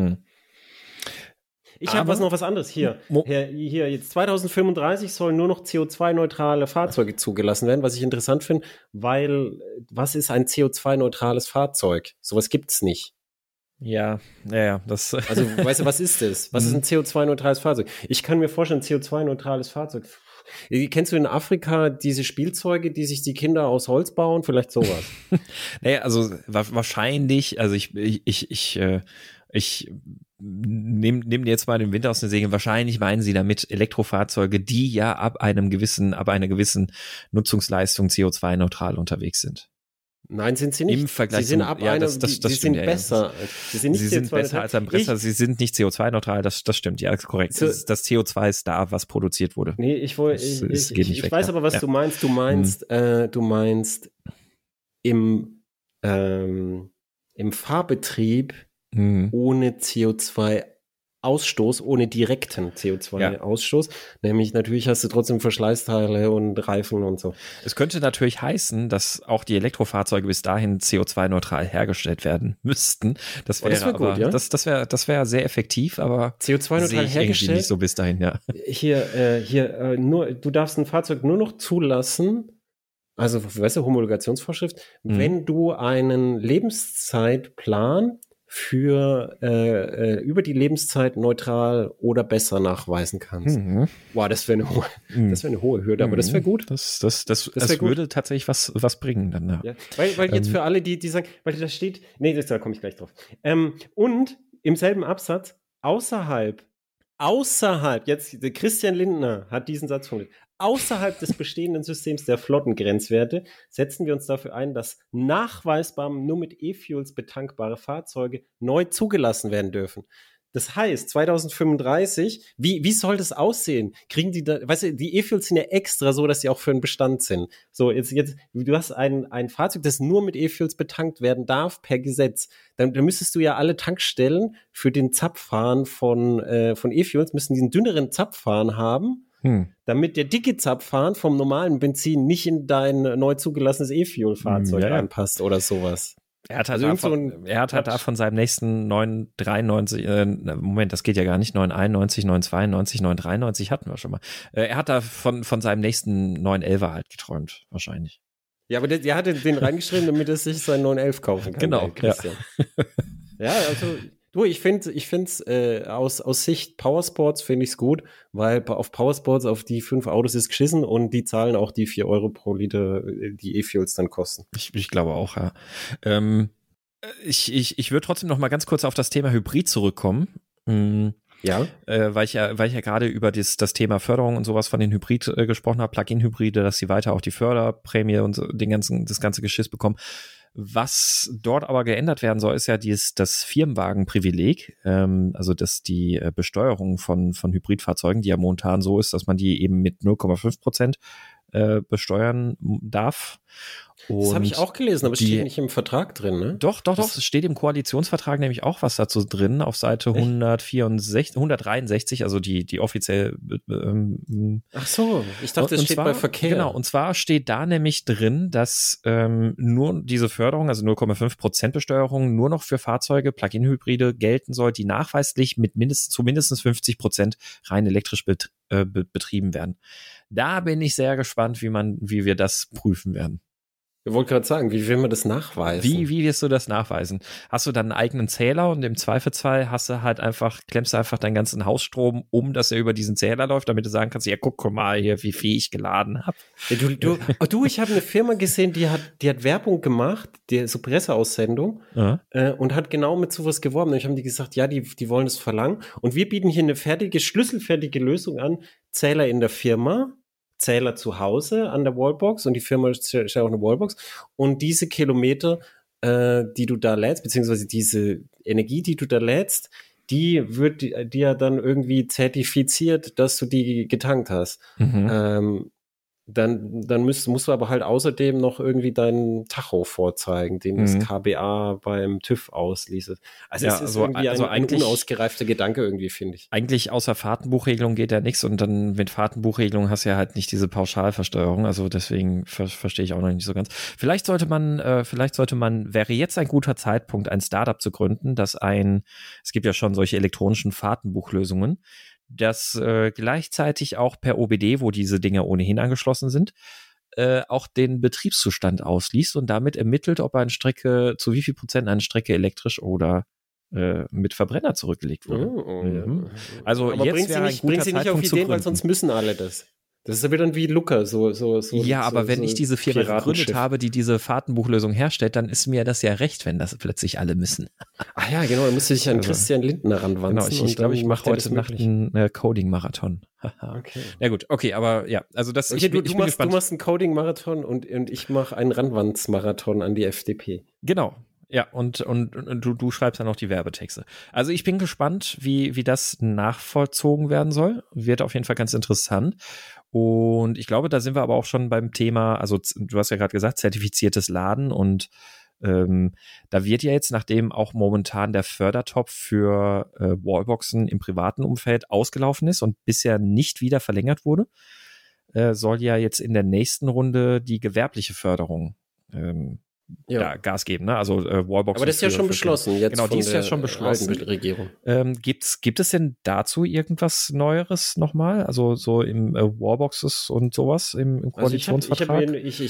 Ich habe noch was anderes hier. Hier, jetzt 2035 sollen nur noch CO2-neutrale Fahrzeuge zugelassen werden, was ich interessant finde, weil was ist ein CO2-neutrales Fahrzeug? Sowas gibt's nicht. Ja. Also, weißt du, was ist das? Was ist ein CO2-neutrales Fahrzeug? Ich kann mir vorstellen, CO2-neutrales Fahrzeug. Kennst du in Afrika diese Spielzeuge, die sich die Kinder aus Holz bauen? Vielleicht sowas. Naja, also wahrscheinlich, also ich nehme dir jetzt mal den Wind aus den Segeln. Wahrscheinlich meinen sie damit Elektrofahrzeuge, die ja ab einer gewissen Nutzungsleistung CO2-neutral unterwegs sind. Nein, sind sie nicht. Im Vergleich sie sind sind besser. Sie sind besser als ein Bresser. Sie sind nicht CO2-neutral. Das stimmt. Ja, ist korrekt. Das CO2 ist da, was produziert wurde. Nee, ich weiß aber, was du meinst. Du meinst im Fahrbetrieb ohne CO2-Ausstoß, ohne direkten CO2-Ausstoß. Nämlich natürlich hast du trotzdem Verschleißteile und Reifen und so. Es könnte natürlich heißen, dass auch die Elektrofahrzeuge bis dahin CO2-neutral hergestellt werden müssten. Das wäre gut, ja? Das wäre sehr effektiv, aber CO2-neutral hergestellt nicht so bis dahin, ja. Du darfst ein Fahrzeug nur noch zulassen, also weißt du, Homologationsvorschrift, wenn du einen Lebenszeitplan für über die Lebenszeit neutral oder besser nachweisen kannst. Boah, das wäre eine hohe Hürde, aber das wäre gut. Das würde tatsächlich was bringen dann. Ja, weil jetzt für alle, die sagen, weil da steht, da komme ich gleich drauf. Und im selben Absatz, außerhalb, jetzt Christian Lindner hat diesen Satz formuliert, außerhalb des bestehenden Systems der Flottengrenzwerte setzen wir uns dafür ein, dass nachweisbar nur mit E-Fuels betankbare Fahrzeuge neu zugelassen werden dürfen. Das heißt, 2035, wie soll das aussehen? Kriegen die da, weißt du, die E-Fuels sind ja extra so, dass sie auch für den Bestand sind. So, jetzt, du hast ein Fahrzeug, das nur mit E-Fuels betankt werden darf, per Gesetz. Dann müsstest du ja alle Tankstellen für den Zapfhahn von E-Fuels, müssen die einen dünneren Zapfhahn haben, damit der dicke Zapfhahn vom normalen Benzin nicht in dein neu zugelassenes E-Fuel-Fahrzeug reinpasst oder sowas. Er hat halt da von seinem nächsten 993, Moment, das geht ja gar nicht, 991, 992, 993 hatten wir schon mal. Er hat da von seinem nächsten 911er halt geträumt, wahrscheinlich. Ja, aber der hatte den reingeschrieben, damit er sich seinen 911 kaufen kann. Genau, Christian. Ja, also du, ich finde es aus Sicht Powersports finde ich es gut, weil auf Powersports auf die 5 Autos ist geschissen und die zahlen auch die 4 Euro pro Liter, die E-Fuels dann kosten. Ich glaube auch, ja. Ich würde trotzdem noch mal ganz kurz auf das Thema Hybrid zurückkommen. Ja. Weil ich ja gerade über das Thema Förderung und sowas von den Hybrid gesprochen habe, Plug-in-Hybride, dass sie weiter auch die Förderprämie und so das ganze Geschiss bekommen. Was dort aber geändert werden soll, ist ja das Firmenwagenprivileg, also dass die Besteuerung von Hybridfahrzeugen, die ja momentan so ist, dass man die eben mit 0,5% besteuern darf. Das habe ich auch gelesen, aber es steht nicht im Vertrag drin, ne? Doch, es steht im Koalitionsvertrag nämlich auch was dazu drin, auf Seite 163, also die offiziell Ach so, ich dachte, es steht bei Verkehr. Genau, und zwar steht da nämlich drin, dass nur diese Förderung, also 0,5% Besteuerung, nur noch für Fahrzeuge, Plug-in-Hybride gelten soll, die nachweislich mit zu mindestens 50% rein elektrisch betrieben werden. Da bin ich sehr gespannt, wie wir das prüfen werden. Ich wollte gerade sagen, wie will man das nachweisen? Wie wirst du das nachweisen? Hast du dann einen eigenen Zähler und im Zweifelsfall klemmst du einfach deinen ganzen Hausstrom dass er über diesen Zähler läuft, damit du sagen kannst, ja, guck mal hier, wie viel ich geladen habe. Ja, ich habe eine Firma gesehen, die hat Werbung gemacht, so Presseaussendung, und hat genau mit sowas geworben. Dann haben die gesagt, ja, die wollen das verlangen. Und wir bieten hier eine schlüsselfertige Lösung an, Zähler in der Firma, Zähler zu Hause an der Wallbox und die Firma stellt auch eine Wallbox und diese Kilometer, die du da lädst, beziehungsweise diese Energie, die du da lädst, die wird dir ja dann irgendwie zertifiziert, dass du die getankt hast. Dann musst du aber halt außerdem noch irgendwie deinen Tacho vorzeigen, den das KBA beim TÜV ausliest. Also es ist irgendwie ein unausgereifter Gedanke irgendwie, finde ich. Eigentlich außer Fahrtenbuchregelung geht ja nichts und dann mit Fahrtenbuchregelung hast du ja halt nicht diese Pauschalversteuerung, also deswegen verstehe ich auch noch nicht so ganz. Vielleicht sollte man, wäre jetzt ein guter Zeitpunkt, ein Startup zu gründen, es gibt ja schon solche elektronischen Fahrtenbuchlösungen, das gleichzeitig auch per OBD, wo diese Dinge ohnehin angeschlossen sind, auch den Betriebszustand ausliest und damit ermittelt, ob zu wie viel Prozent eine Strecke elektrisch oder mit Verbrenner zurückgelegt wurde. Also aber jetzt bringt sie nicht auf Ideen, weil sonst müssen alle das. Das ist ja wieder wie Luca, aber wenn ich diese Firma gegründet habe, die diese Fahrtenbuchlösung herstellt, dann ist mir das ja recht, wenn das plötzlich alle müssen. Ach ja, genau, dann musst du dich an Christian Lindner ranwanzen. Genau, ich glaube, ich mache heute Nacht einen Coding-Marathon. Okay. Ja gut, okay, aber ja, also das okay, du machst einen Coding-Marathon und ich mache einen Ranwands-Marathon an die FDP. Genau. Ja, und du schreibst dann auch die Werbetexte. Also ich bin gespannt, wie das nachvollzogen werden soll. Wird auf jeden Fall ganz interessant. Und ich glaube, da sind wir aber auch schon beim Thema, also du hast ja gerade gesagt, zertifiziertes Laden und da wird ja jetzt, nachdem auch momentan der Fördertopf für Wallboxen im privaten Umfeld ausgelaufen ist und bisher nicht wieder verlängert wurde, soll ja jetzt in der nächsten Runde die gewerbliche Förderung Gas geben, ne? Also Wallboxen. Aber das ist ja schon beschlossen. Jetzt genau, die ist ja schon beschlossen. Regierung. Gibt es denn dazu irgendwas Neueres nochmal? Also so im Wallboxes und sowas im Koalitionsvertrag?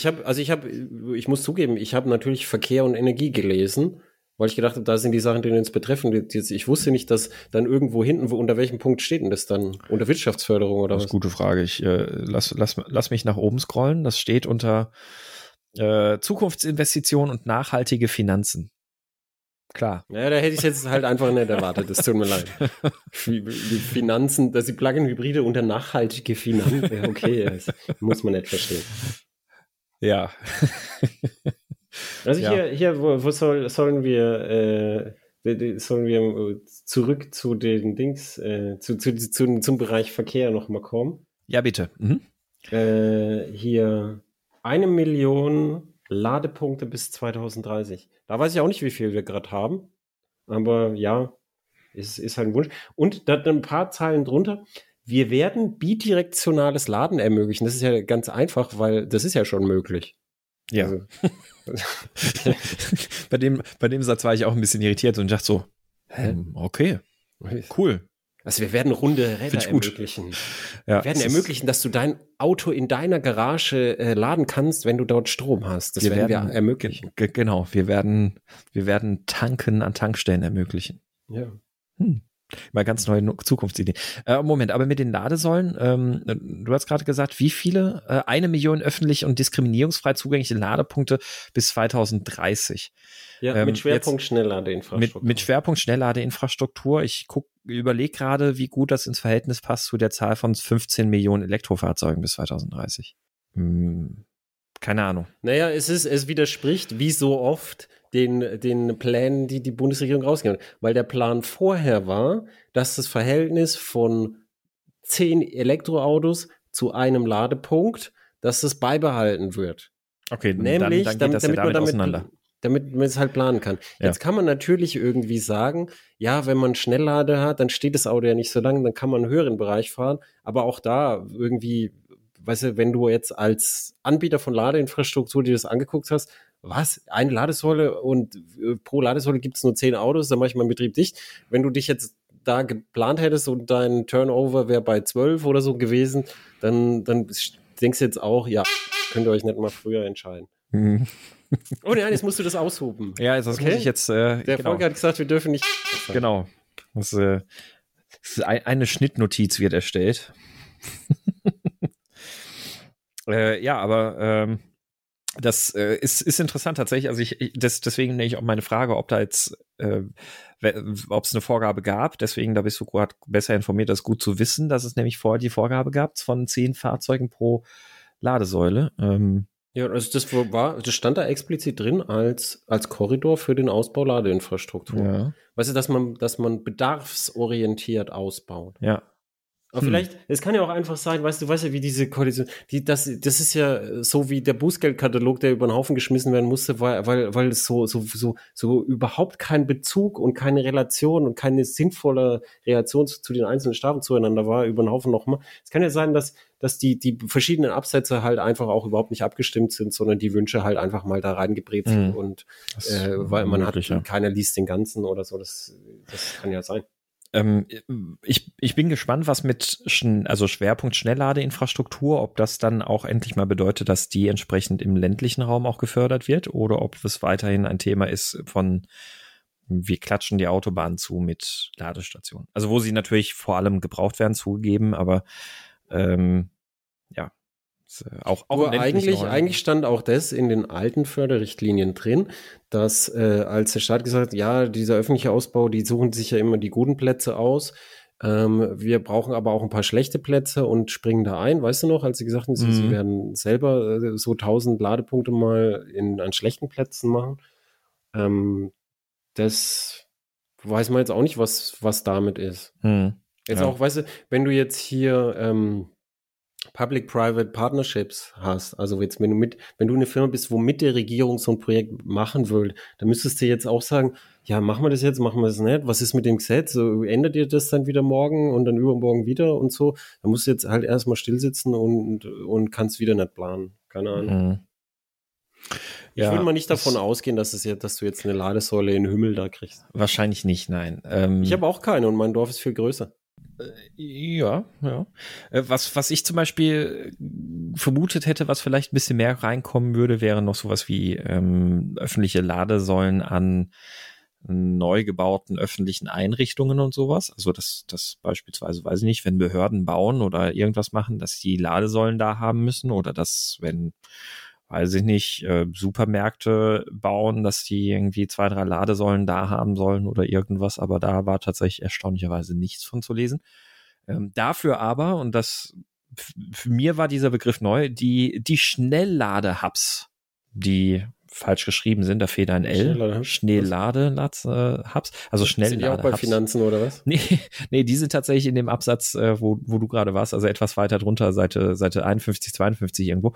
Ich muss zugeben, ich habe natürlich Verkehr und Energie gelesen, weil ich gedacht habe, da sind die Sachen, die uns betreffen. Ich wusste nicht, dass dann irgendwo hinten, unter welchem Punkt steht denn das dann? Unter Wirtschaftsförderung oder was? Das ist eine gute Frage. Ich lass mich nach oben scrollen. Das steht unter Zukunftsinvestitionen und nachhaltige Finanzen. Klar. Ja, da hätte ich jetzt halt einfach nicht erwartet. Das tut mir leid. Die Finanzen, dass die Plug-in-Hybride unter nachhaltige Finanzen, okay, das muss man nicht verstehen. Ja. Also hier, wo sollen wir Sollen wir zurück zu den Dings, zum Bereich Verkehr nochmal kommen? Ja, bitte. Hier 1 Million Ladepunkte bis 2030. Da weiß ich auch nicht, wie viel wir gerade haben. Aber ja, ist halt ein Wunsch. Und da ein paar Zeilen drunter. Wir werden bidirektionales Laden ermöglichen. Das ist ja ganz einfach, weil das ist ja schon möglich. Ja. Also, bei dem Satz war ich auch ein bisschen irritiert und dachte so, okay, cool. Also wir werden runde Räder ermöglichen. Ja, wir werden ermöglichen, dass du dein Auto in deiner Garage laden kannst, wenn du dort Strom hast. Das werden wir ermöglichen. Genau, wir werden Tanken an Tankstellen ermöglichen. Ja. Mal ganz neue Zukunftsidee. Moment, aber mit den Ladesäulen, du hast gerade gesagt, wie viele? 1 Million öffentlich und diskriminierungsfrei zugängliche Ladepunkte bis 2030. Ja, mit Schwerpunkt Schnellladeinfrastruktur. Mit Schwerpunkt Schnellladeinfrastruktur. Ich überlege gerade, wie gut das ins Verhältnis passt zu der Zahl von 15 Millionen Elektrofahrzeugen bis 2030. Keine Ahnung. Naja, es widerspricht, wie so oft, den Plänen, die Bundesregierung rausgegeben hat. Weil der Plan vorher war, dass das Verhältnis von 10 Elektroautos zu einem Ladepunkt, dass das beibehalten wird. Okay, nämlich, dann geht das ja damit auseinander. Damit man es halt planen kann. Ja. Jetzt kann man natürlich irgendwie sagen, ja, wenn man Schnelllader hat, dann steht das Auto ja nicht so lange, dann kann man einen höheren Bereich fahren. Aber auch da irgendwie, weißt du, wenn du jetzt als Anbieter von Ladeinfrastruktur dir das angeguckt hast, was? Eine Ladesäule und pro Ladesäule gibt es nur 10 Autos, dann mache ich meinen Betrieb dicht. Wenn du dich jetzt da geplant hättest und dein Turnover wäre bei 12 oder so gewesen, dann denkst du jetzt auch, ja, könnt ihr euch nicht mal früher entscheiden. Oh nein, jetzt musst du das aushupen. Ja, das muss ich jetzt. Der Volker hat gesagt, wir dürfen nicht. Genau. Eine Schnittnotiz wird erstellt. Ja, aber das ist interessant tatsächlich. Also deswegen nenne ich auch meine Frage, ob da jetzt, ob es eine Vorgabe gab. Deswegen, da bist du gerade besser informiert, das ist gut zu wissen, dass es nämlich vorher die Vorgabe gab von 10 Fahrzeugen pro Ladesäule. Ja, also das stand da explizit drin als Korridor für den Ausbau Ladeinfrastruktur. Ja. Weißt du, dass man bedarfsorientiert ausbaut. Ja. Aber vielleicht, es kann ja auch einfach sein, weißt du ja, wie diese Koalition, das ist ja so wie der Bußgeldkatalog, der über den Haufen geschmissen werden musste, weil es so überhaupt kein Bezug und keine Relation und keine sinnvolle Reaktion zu den einzelnen Staaten zueinander war, über den Haufen nochmal. Es kann ja sein, dass die verschiedenen Absätze halt einfach auch überhaupt nicht abgestimmt sind, sondern die Wünsche halt einfach mal da reingebrezelt und weil man hat, keiner liest den Ganzen oder so, das kann ja sein. Ich bin gespannt, was mit Schwerpunkt Schnellladeinfrastruktur, ob das dann auch endlich mal bedeutet, dass die entsprechend im ländlichen Raum auch gefördert wird oder ob es weiterhin ein Thema ist von wir klatschen die Autobahn zu mit Ladestationen. Also wo sie natürlich vor allem gebraucht werden, zugegeben, aber ja. Auch eigentlich stand auch das in den alten Förderrichtlinien drin, dass als der Staat gesagt hat, ja, dieser öffentliche Ausbau, die suchen sich ja immer die guten Plätze aus. Wir brauchen aber auch ein paar schlechte Plätze und springen da ein. Weißt du noch, als sie gesagt haben, sie werden selber so 1000 Ladepunkte mal an schlechten Plätzen machen. Das weiß man jetzt auch nicht, was damit ist. Jetzt auch, weißt du, wenn du jetzt hier Public-Private Partnerships hast, also jetzt, wenn du eine Firma bist, wo mit der Regierung so ein Projekt machen will, dann müsstest du jetzt auch sagen, ja, machen wir das jetzt, machen wir das nicht, was ist mit dem Gesetz, so, ändert ihr das dann wieder morgen und dann übermorgen wieder und so, dann musst du jetzt halt erstmal stillsitzen und kannst wieder nicht planen, keine Ahnung. Ich würde mal nicht davon ausgehen, dass du jetzt eine Ladesäule in Hümmel da kriegst. Wahrscheinlich nicht, nein. Ich habe auch keine und mein Dorf ist viel größer. Ja. Was ich zum Beispiel vermutet hätte, was vielleicht ein bisschen mehr reinkommen würde, wäre noch sowas wie öffentliche Ladesäulen an neu gebauten öffentlichen Einrichtungen und sowas. Also das beispielsweise, weiß ich nicht, wenn Behörden bauen oder irgendwas machen, dass die Ladesäulen da haben müssen oder dass, wenn, weiß ich nicht, Supermärkte bauen, dass die irgendwie 2, 3 Ladesäulen da haben sollen oder irgendwas, aber da war tatsächlich erstaunlicherweise nichts von zu lesen. Dafür aber, und das für mir war dieser Begriff neu, die Schnellladehubs, die falsch geschrieben sind, da fehlt ein L. Schnelllade-Hubs. Also Schnelllade-Hubs. Sind die auch bei Finanzen oder was? Nee, die sind tatsächlich in dem Absatz, wo du gerade warst, also etwas weiter drunter, Seite 51, 52 irgendwo.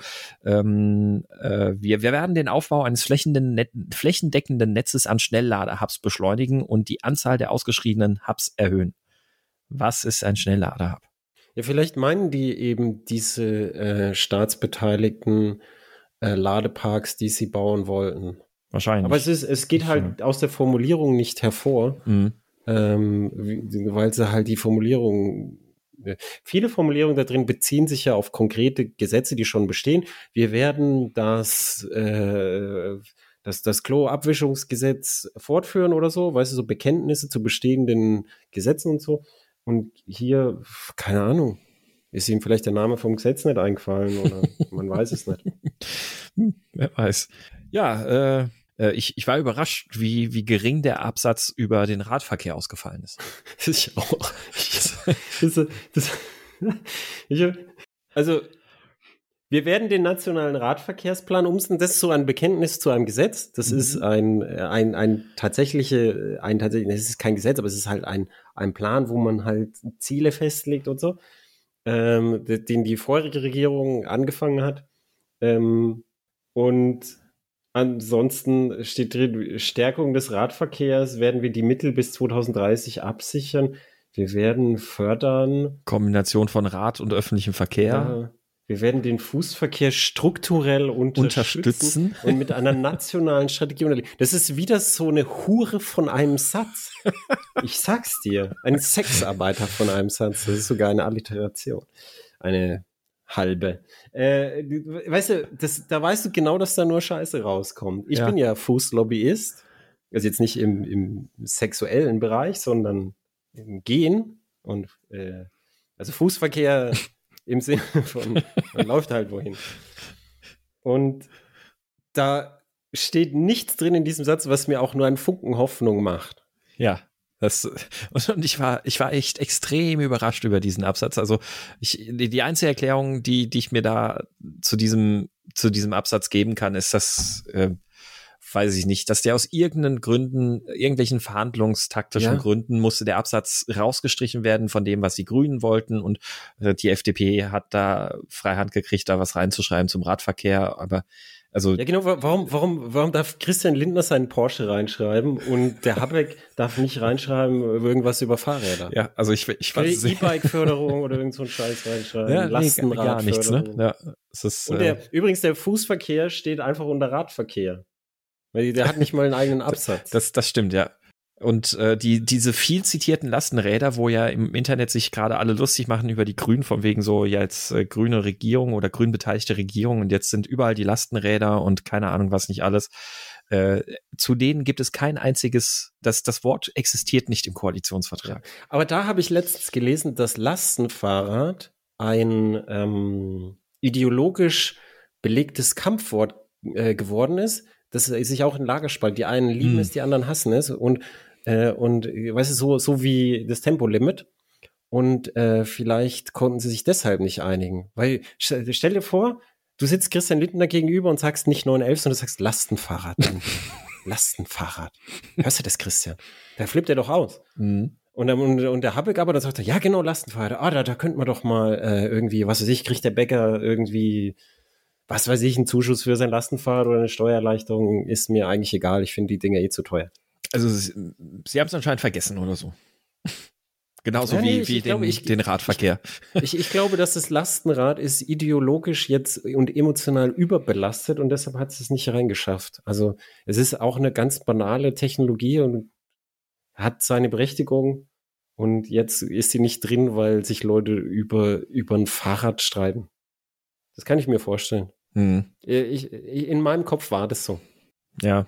Wir werden den Aufbau eines flächendeckenden Netzes an Schnelllade-Hubs beschleunigen und die Anzahl der ausgeschriebenen Hubs erhöhen. Was ist ein Schnelllade-Hub? Ja, vielleicht meinen die eben diese staatsbeteiligten Ladeparks, die sie bauen wollten. Wahrscheinlich. Aber es geht halt aus der Formulierung nicht hervor, weil sie halt die Formulierung, viele Formulierungen da drin beziehen sich ja auf konkrete Gesetze, die schon bestehen. Wir werden das Klo-Abwischungsgesetz fortführen oder so, weißt du, so Bekenntnisse zu bestehenden Gesetzen und so. Und hier, keine Ahnung, ist ihm vielleicht der Name vom Gesetz nicht eingefallen oder man weiß es nicht. Wer weiß. Ja, ich war überrascht, wie gering der Absatz über den Radverkehr ausgefallen ist. Ich auch. Also, wir werden den nationalen Radverkehrsplan umsetzen. Das ist so ein Bekenntnis zu einem Gesetz. Das ist tatsächlich, es ist kein Gesetz, aber es ist halt ein Plan, wo man halt Ziele festlegt und so, den die vorherige Regierung angefangen hat. Und ansonsten steht drin, Stärkung des Radverkehrs werden wir die Mittel bis 2030 absichern. Wir werden fördern. Kombination von Rad und öffentlichem Verkehr. Wir werden den Fußverkehr strukturell unterstützen und mit einer nationalen Strategie unterlegen. Das ist wieder so eine Hure von einem Satz. Ich sag's dir. Ein Sexarbeiter von einem Satz. Das ist sogar eine Alliteration. Eine halbe. Weißt du, da weißt du genau, dass da nur Scheiße rauskommt. Ich bin ja Fußlobbyist. Also jetzt nicht im sexuellen Bereich, sondern im Gehen. Und also Fußverkehr im Sinne von, man läuft halt wohin. Und da steht nichts drin in diesem Satz, was mir auch nur einen Funken Hoffnung macht. Ja. Und ich war echt extrem überrascht über diesen Absatz. Also die einzige Erklärung, die ich mir da zu diesem Absatz geben kann, ist, dass weiß ich nicht, dass der aus irgendwelchen verhandlungstaktischen Gründen musste der Absatz rausgestrichen werden von dem, was die Grünen wollten, und die FDP hat da Freihand gekriegt, da was reinzuschreiben zum Radverkehr, aber also. Ja, genau, warum darf Christian Lindner seinen Porsche reinschreiben und der Habeck darf nicht reinschreiben irgendwas über Fahrräder? Ja, also ich fand E-Bike-Förderung oder irgend so ein Scheiß reinschreiben. Ja, Lastenradförderung. Gar nichts, ne? Ja, es ist, und übrigens, der Fußverkehr steht einfach unter Radverkehr. Weil der hat nicht mal einen eigenen Absatz. Das stimmt, ja. Und diese viel zitierten Lastenräder, wo ja im Internet sich gerade alle lustig machen über die Grünen, von wegen so jetzt grüne Regierung oder grün beteiligte Regierung, und jetzt sind überall die Lastenräder und keine Ahnung was nicht alles. Zu denen gibt es kein einziges, das Wort existiert nicht im Koalitionsvertrag. Ja. Aber da habe ich letztens gelesen, dass Lastenfahrrad ein ideologisch belegtes Kampfwort geworden ist, das sich auch in Lager spaltet. Die einen lieben es, die anderen hassen es. Und weißt du, so wie das Tempolimit. Und vielleicht konnten sie sich deshalb nicht einigen. Weil, stell dir vor, du sitzt Christian Lindner gegenüber und sagst nicht 911, sondern du sagst Lastenfahrrad. Lastenfahrrad. Hörst du das, Christian? Da flippt er doch aus. Und der Habeck aber, da sagt er, ja genau, Lastenfahrrad. Da könnte man doch mal irgendwie, was weiß ich, kriegt der Bäcker irgendwie, was weiß ich, einen Zuschuss für sein Lastenfahrrad oder eine Steuererleichterung, ist mir eigentlich egal. Ich finde die Dinge zu teuer. Also sie haben es anscheinend vergessen oder so. Genauso wie den Radverkehr. Ich glaube, dass das Lastenrad ist ideologisch jetzt und emotional überbelastet und deshalb hat es nicht reingeschafft. Also es ist auch eine ganz banale Technologie und hat seine Berechtigung und jetzt ist sie nicht drin, weil sich Leute über ein Fahrrad streiten. Das kann ich mir vorstellen. In meinem Kopf war das so. Ja,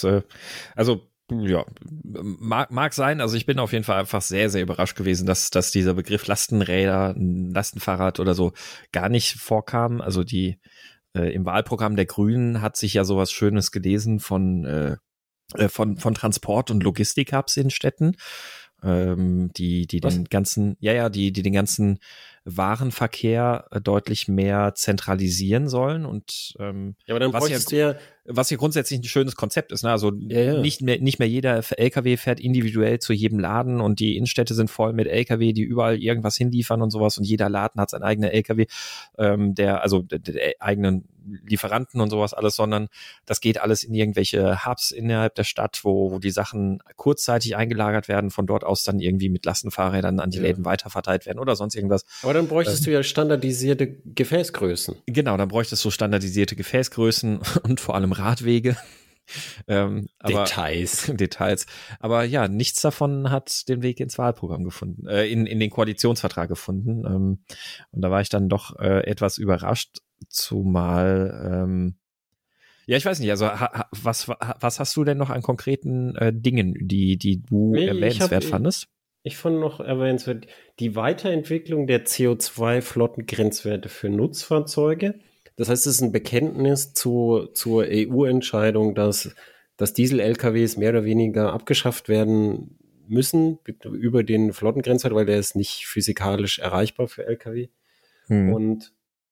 mag sein. Also ich bin auf jeden Fall einfach sehr, sehr überrascht gewesen, dass dieser Begriff Lastenräder, Lastenfahrrad oder so gar nicht vorkam. Also im Wahlprogramm der Grünen hat sich ja sowas Schönes gelesen von Transport- und Logistik-Hubs in Städten, die den ganzen Warenverkehr deutlich mehr zentralisieren sollen und aber dann was hier grundsätzlich ein schönes Konzept ist, ne? Also Ja. nicht mehr jeder LKW fährt individuell zu jedem Laden und die Innenstädte sind voll mit LKW, die überall irgendwas hinliefern und sowas und jeder Laden hat seinen eigenen LKW, der eigenen Lieferanten und sowas alles, sondern das geht alles in irgendwelche Hubs innerhalb der Stadt, wo die Sachen kurzzeitig eingelagert werden, von dort aus dann irgendwie mit Lastenfahrrädern an die Läden weiterverteilt werden oder sonst irgendwas. Aber dann bräuchtest du ja standardisierte Gefäßgrößen. Genau, dann bräuchtest du standardisierte Gefäßgrößen und vor allem Radwege. Details. Aber ja, nichts davon hat den Weg ins Wahlprogramm gefunden, in den Koalitionsvertrag gefunden. Und da war ich dann doch etwas überrascht, zumal ja, ich weiß nicht, also was hast du denn noch an konkreten Dingen, die du erwähnenswert fandest? Ich fand noch erwähnenswert die Weiterentwicklung der CO2-Flottengrenzwerte für Nutzfahrzeuge. Das heißt, es ist ein Bekenntnis zur EU-Entscheidung, dass Diesel-LKWs mehr oder weniger abgeschafft werden müssen über den Flottengrenzwert, weil der ist nicht physikalisch erreichbar für LKW. Und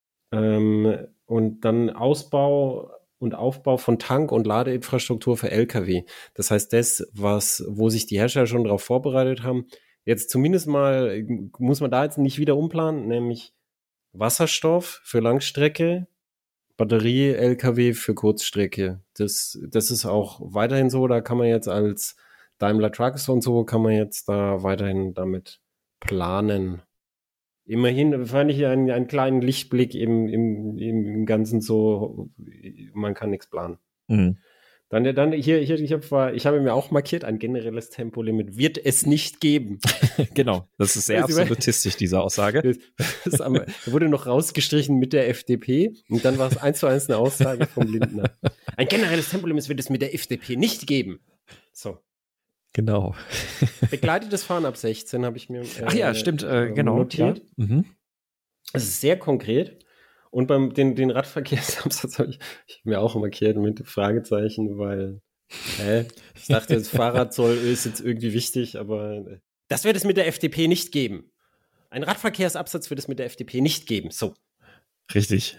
dann Ausbau und Aufbau von Tank- und Ladeinfrastruktur für LKW. Das heißt, wo sich die Hersteller schon darauf vorbereitet haben, jetzt zumindest mal, muss man da jetzt nicht wieder umplanen, nämlich Wasserstoff für Langstrecke, Batterie-LKW für Kurzstrecke. Das ist auch weiterhin so, da kann man jetzt als Daimler Trucks und so, kann man jetzt da weiterhin damit planen. Immerhin fand ich einen kleinen Lichtblick im Ganzen so, man kann nichts planen. Mhm. Dann ich habe mir auch markiert, ein generelles Tempolimit wird es nicht geben. Genau, das ist sehr absolutistisch, diese Aussage. Das wurde noch rausgestrichen mit der FDP und dann war es 1:1 eine Aussage vom Lindner. Ein generelles Tempolimit wird es mit der FDP nicht geben. So. Genau. Begleitetes Fahren ab 16 habe ich mir Ach ja, stimmt, genau. notiert. Ja. Mhm. Es ist sehr konkret. Und beim den Radverkehrsabsatz habe ich mir auch markiert mit Fragezeichen, weil ich dachte, das Fahrradzoll ist jetzt irgendwie wichtig, aber das wird es mit der FDP nicht geben. Ein Radverkehrsabsatz wird es mit der FDP nicht geben. So. Richtig.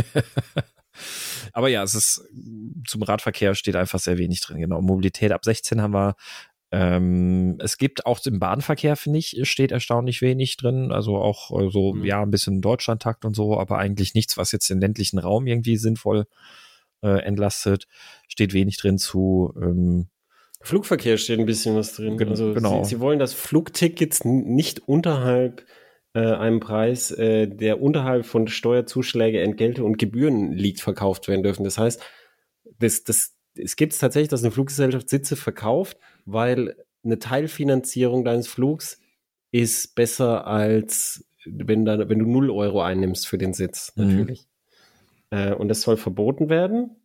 Aber ja, zum Radverkehr steht einfach sehr wenig drin. Genau, Mobilität ab 16 haben wir. Es gibt auch im Bahnverkehr, finde ich, steht erstaunlich wenig drin. Also auch ein bisschen Deutschlandtakt und so, aber eigentlich nichts, was jetzt den ländlichen Raum irgendwie sinnvoll entlastet. Steht wenig drin zu Flugverkehr steht ein bisschen was drin. Genau. Sie wollen, dass Flugtickets nicht unterhalb einem Preis, der unterhalb von Steuerzuschläge, Entgelte und Gebühren liegt, verkauft werden dürfen. Das heißt, es gibt tatsächlich, dass eine Fluggesellschaft Sitze verkauft, weil eine Teilfinanzierung deines Flugs ist besser als wenn du 0 Euro einnimmst für den Sitz, natürlich. Und das soll verboten werden.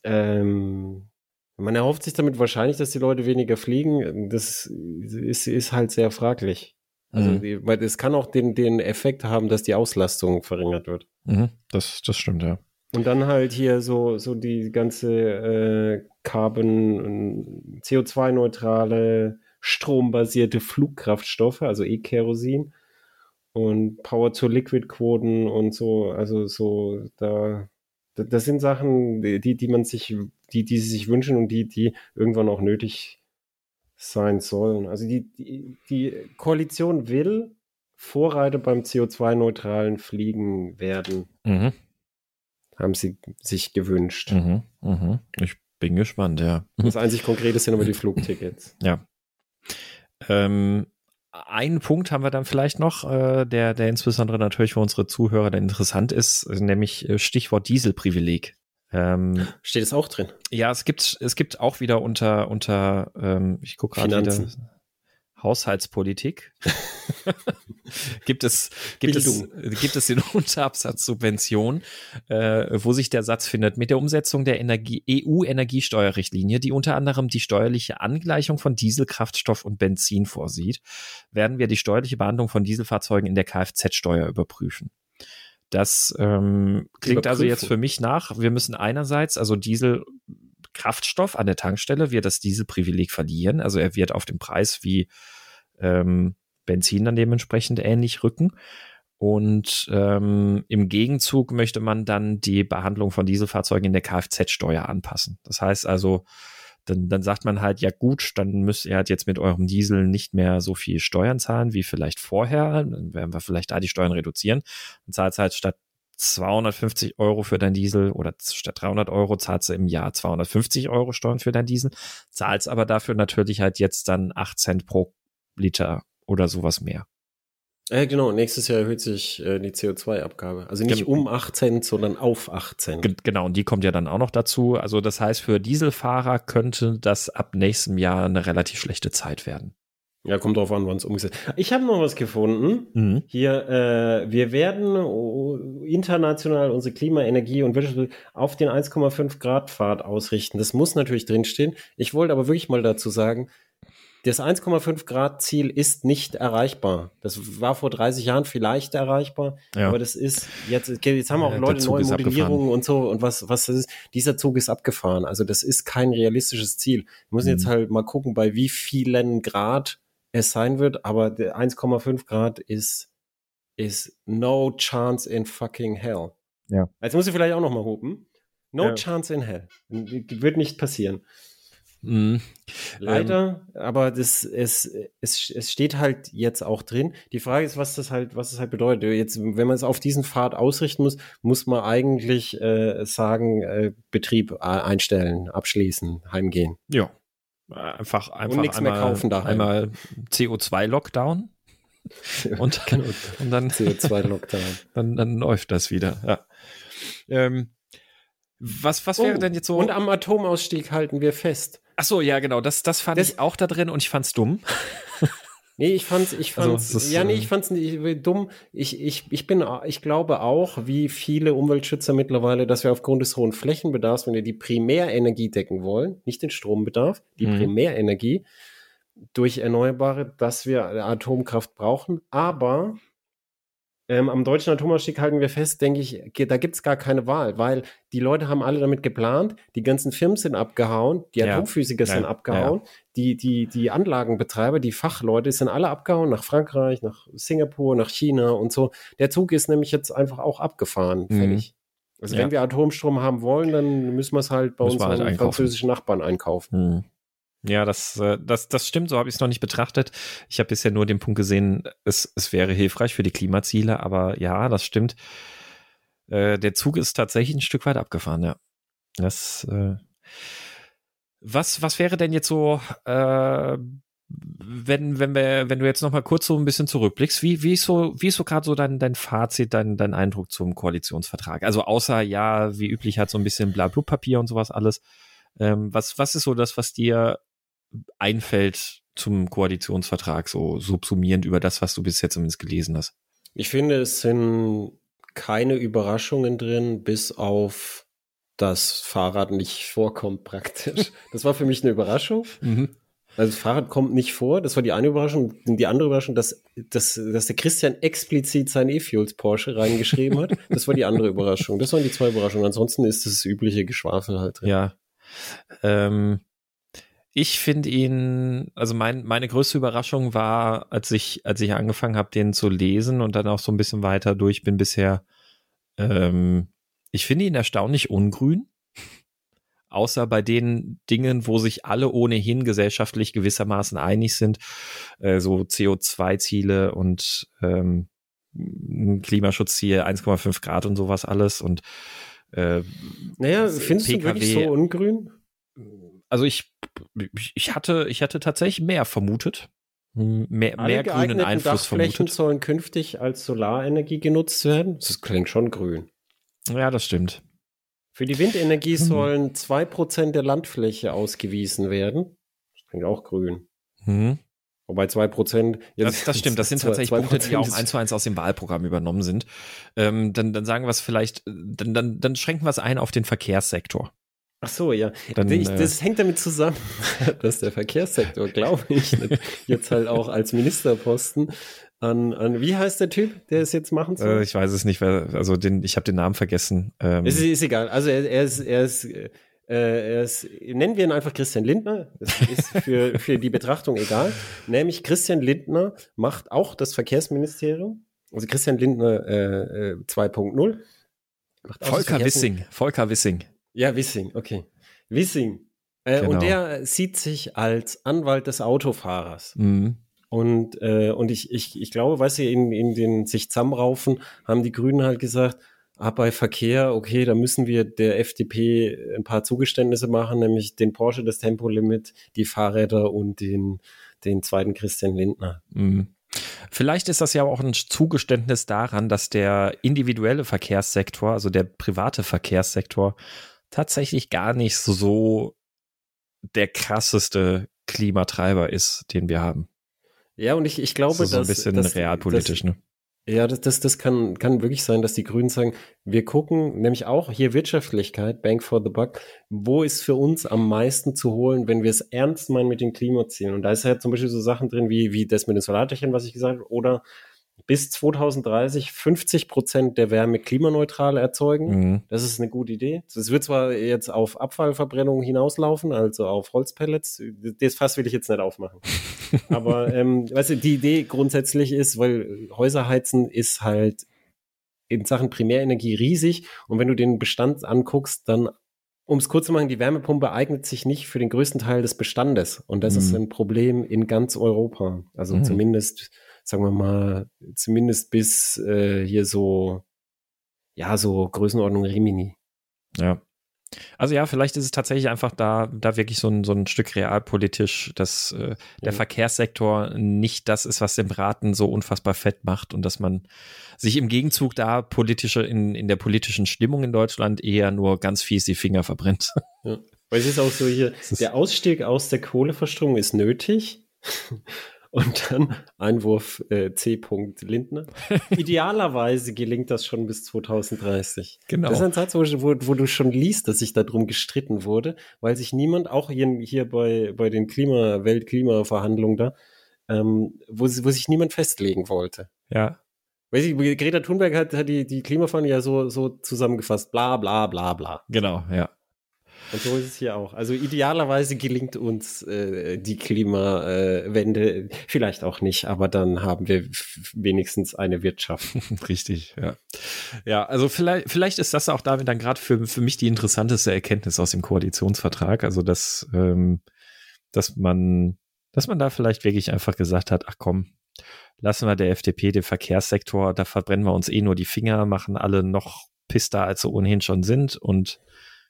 Man erhofft sich damit wahrscheinlich, dass die Leute weniger fliegen. Das ist halt sehr fraglich. Also, weil es kann auch den Effekt haben, dass die Auslastung verringert wird. Das stimmt, ja. Und dann halt hier so die ganze Carbon, CO2-neutrale, strombasierte Flugkraftstoffe, also E-Kerosin und Power-to-Liquid-Quoten und so, also so, das sind Sachen, die sie sich wünschen und die irgendwann auch nötig sein sollen. Also die Koalition will Vorreiter beim CO2-neutralen Fliegen werden. Haben sie sich gewünscht. Ich bin gespannt, ja. Das einzig Konkrete sind aber die Flugtickets. Ja. Einen Punkt haben wir dann vielleicht noch, der insbesondere natürlich für unsere Zuhörer dann interessant ist, nämlich Stichwort Dieselprivileg. Steht es auch drin? Ja, es gibt auch wieder unter ich gucke gerade wieder, Haushaltspolitik gibt es den Unterabsatz Subvention, wo sich der Satz findet: Mit der Umsetzung der EU-Energiesteuerrichtlinie, die unter anderem die steuerliche Angleichung von Diesel, Kraftstoff und Benzin vorsieht, werden wir die steuerliche Behandlung von Dieselfahrzeugen in der Kfz-Steuer überprüfen. Das klingt also jetzt für mich nach, wir müssen einerseits, also Diesel, Kraftstoff an der Tankstelle wird das Dieselprivileg verlieren, also er wird auf den Preis wie Benzin dann dementsprechend ähnlich rücken. Und im Gegenzug möchte man dann die Behandlung von Dieselfahrzeugen in der Kfz-Steuer anpassen. Das heißt also, dann sagt man halt, ja gut, dann müsst ihr halt jetzt mit eurem Diesel nicht mehr so viel Steuern zahlen wie vielleicht vorher. Dann werden wir vielleicht da die Steuern reduzieren. Dann zahlst du halt statt 250 Euro für dein Diesel oder statt 300 Euro zahlst du im Jahr 250 Euro Steuern für dein Diesel, zahlst aber dafür natürlich halt jetzt dann 8 Cent pro Liter oder sowas mehr. Genau, nächstes Jahr erhöht sich die CO2-Abgabe. Also nicht um 8 Cent, sondern auf 8 Cent. Genau, und die kommt ja dann auch noch dazu. Also das heißt, für Dieselfahrer könnte das ab nächstem Jahr eine relativ schlechte Zeit werden. Ja, kommt drauf an, wann es umgesetzt wird. Ich habe noch was gefunden. Mhm. Hier, wir werden international unsere Klima-, Energie- und Wirtschaft auf den 1,5 Grad Pfad ausrichten. Das muss natürlich drinstehen. Ich wollte aber wirklich mal dazu sagen, das 1,5 Grad Ziel ist nicht erreichbar. Das war vor 30 Jahren vielleicht erreichbar, aber das ist jetzt haben auch Leute neue Modellierungen und so und was das ist. Dieser Zug ist abgefahren. Also das ist kein realistisches Ziel. Wir müssen jetzt halt mal gucken, bei wie vielen Grad es sein wird, aber der 1,5 Grad ist no chance in fucking hell. Ja. Jetzt muss ich vielleicht auch noch mal hupen. No chance in hell. Wird nicht passieren. Mhm. Leider, aber es steht halt jetzt auch drin. Die Frage ist, was es halt bedeutet. Jetzt, wenn man es auf diesen Pfad ausrichten muss man eigentlich sagen, Betrieb einstellen, abschließen, heimgehen. Ja. Einfach und nichts mehr kaufen daheim. Einmal CO2-Lockdown und dann CO2-Lockdown. dann läuft das wieder. Ja. Was wäre denn jetzt so? Und am Atomausstieg halten wir fest. Ach so, ja, genau. Das fand ich auch da drin und ich fand's dumm. Nee, ich fand's nicht dumm. Ich glaube auch, wie viele Umweltschützer mittlerweile, dass wir aufgrund des hohen Flächenbedarfs, wenn wir die Primärenergie decken wollen, nicht den Strombedarf, die Primärenergie durch Erneuerbare, dass wir Atomkraft brauchen. Aber am deutschen Atomausstieg halten wir fest, denke ich, da gibt's gar keine Wahl, weil die Leute haben alle damit geplant, die ganzen Firmen sind abgehauen, die Atomphysiker sind abgehauen, die Anlagenbetreiber, die Fachleute sind alle abgehauen, nach Frankreich, nach Singapur, nach China und so. Der Zug ist nämlich jetzt einfach auch abgefahren, fertig. Also wenn wir Atomstrom haben wollen, dann müssen wir es halt bei unseren französischen Nachbarn einkaufen. Ja, das stimmt, so habe ich es noch nicht betrachtet. Ich habe bisher nur den Punkt gesehen, es wäre hilfreich für die Klimaziele, aber ja, das stimmt. Der Zug ist tatsächlich ein Stück weit abgefahren, ja. Was wäre denn jetzt so, wenn du jetzt noch mal kurz so ein bisschen zurückblickst, wie ist so gerade so dein Fazit, dein Eindruck zum Koalitionsvertrag? Also außer, ja, wie üblich hat so ein bisschen Blablabla-Papier und sowas alles. Was ist so das, was dir einfällt zum Koalitionsvertrag, so subsumierend über das, was du bis jetzt zumindest gelesen hast? Ich finde, es sind keine Überraschungen drin, bis auf das Fahrrad nicht vorkommt praktisch. Das war für mich eine Überraschung. Also das Fahrrad kommt nicht vor, das war die eine Überraschung. Und die andere Überraschung, dass der Christian explizit sein E-Fuels Porsche reingeschrieben hat, das war die andere Überraschung. Das waren die zwei Überraschungen. Ansonsten ist das übliche Geschwafel halt drin. Ja. Ich finde ihn, also meine größte Überraschung war, als ich angefangen habe, den zu lesen und dann auch so ein bisschen weiter durch bin bisher, ich finde ihn erstaunlich ungrün, außer bei den Dingen, wo sich alle ohnehin gesellschaftlich gewissermaßen einig sind, so CO2-Ziele und Klimaschutzziel 1,5 Grad und sowas alles und findest du wirklich so ungrün? Also ich hatte tatsächlich mehr vermutet. Mehr grünen Einfluss Dachflächen vermutet. Sollen künftig als Solarenergie genutzt werden. Das klingt schon grün. Ja, das stimmt. Für die Windenergie sollen 2% der Landfläche ausgewiesen werden. Das klingt auch grün. Wobei 2%. Das stimmt, das sind tatsächlich Punkte, die auch 1:1 aus dem Wahlprogramm übernommen sind. Dann sagen wir es vielleicht, dann schränken wir es ein auf den Verkehrssektor. Ach so, ja. Das hängt damit zusammen, dass der Verkehrssektor, glaube ich, jetzt halt auch als Ministerposten an wie heißt der Typ, der es jetzt machen soll? Ich weiß es nicht, ich habe den Namen vergessen. Es ist egal. Also er ist nennen wir ihn einfach Christian Lindner. Das ist für die Betrachtung egal. Nämlich Christian Lindner macht auch das Verkehrsministerium. Also Christian Lindner 2.0. Volker Wissing. Ja, Wissing, okay. Wissing. Genau. Und der sieht sich als Anwalt des Autofahrers. Mhm. Und ich glaube, weißt du, in den sich zusammenraufen, haben die Grünen halt gesagt, bei Verkehr, okay, da müssen wir der FDP ein paar Zugeständnisse machen, nämlich den Porsche, das Tempolimit, die Fahrräder und den zweiten Christian Lindner. Mhm. Vielleicht ist das ja auch ein Zugeständnis daran, dass der individuelle Verkehrssektor, also der private Verkehrssektor, tatsächlich gar nicht so der krasseste Klimatreiber ist, den wir haben. Ja, und ich glaube, so ein bisschen realpolitisch, ne? Ja, das kann wirklich sein, dass die Grünen sagen, wir gucken nämlich auch hier Wirtschaftlichkeit, Bang for the Buck, wo ist für uns am meisten zu holen, wenn wir es ernst meinen mit den Klimazielen. Und da ist ja zum Beispiel so Sachen drin, wie das mit den Solardächern, was ich gesagt habe, oder bis 2030 50% der Wärme klimaneutral erzeugen. Mhm. Das ist eine gute Idee. Es wird zwar jetzt auf Abfallverbrennung hinauslaufen, also auf Holzpellets. Das Fass will ich jetzt nicht aufmachen. Aber weißt du, die Idee grundsätzlich ist, weil Häuser heizen ist halt in Sachen Primärenergie riesig. Und wenn du den Bestand anguckst, dann, um es kurz zu machen, die Wärmepumpe eignet sich nicht für den größten Teil des Bestandes. Und das ist ein Problem in ganz Europa. Also zumindest, sagen wir mal, zumindest bis hier so Größenordnung Rimini. Ja. Also ja, vielleicht ist es tatsächlich einfach da wirklich so ein Stück realpolitisch, dass der Verkehrssektor nicht das ist, was den Braten so unfassbar fett macht und dass man sich im Gegenzug da in der politischen Stimmung in Deutschland eher nur ganz fies die Finger verbrennt. Ja. Weil es ist auch so hier, der Ausstieg aus der Kohleverstromung ist nötig. Und dann Einwurf C. Lindner. Idealerweise gelingt das schon bis 2030. Genau. Das ist ein Satz, wo du schon liest, dass sich darum gestritten wurde, weil sich niemand, auch hier bei den Weltklimaverhandlungen da, wo sich niemand festlegen wollte. Ja. Weiß ich, Greta Thunberg hat die Klimaverhandlungen ja so zusammengefasst, bla bla bla bla. Genau, ja. Und so ist es hier auch. Also idealerweise gelingt uns die Klimawende, vielleicht auch nicht, aber dann haben wir wenigstens eine Wirtschaft. Richtig, ja. Ja, also vielleicht ist das auch damit dann gerade für mich die interessanteste Erkenntnis aus dem Koalitionsvertrag, also dass man da vielleicht wirklich einfach gesagt hat, ach komm, lassen wir der FDP den Verkehrssektor, da verbrennen wir uns nur die Finger, machen alle noch pisster, als sie ohnehin schon sind und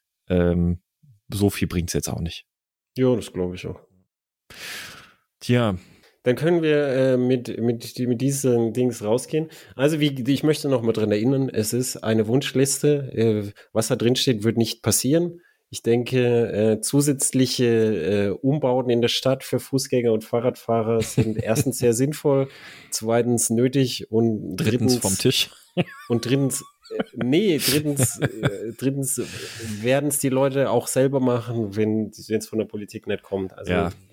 so viel bringt's jetzt auch nicht. Ja, das glaube ich auch. Tja. Dann können wir mit diesen Dings rausgehen. Also ich möchte noch mal dran erinnern, es ist eine Wunschliste. Was da drin steht, wird nicht passieren. Ich denke, zusätzliche Umbauten in der Stadt für Fußgänger und Fahrradfahrer sind erstens sehr sinnvoll, zweitens nötig und drittens vom Tisch. Und drittens werden es die Leute auch selber machen, wenn es von der Politik nicht kommt. Also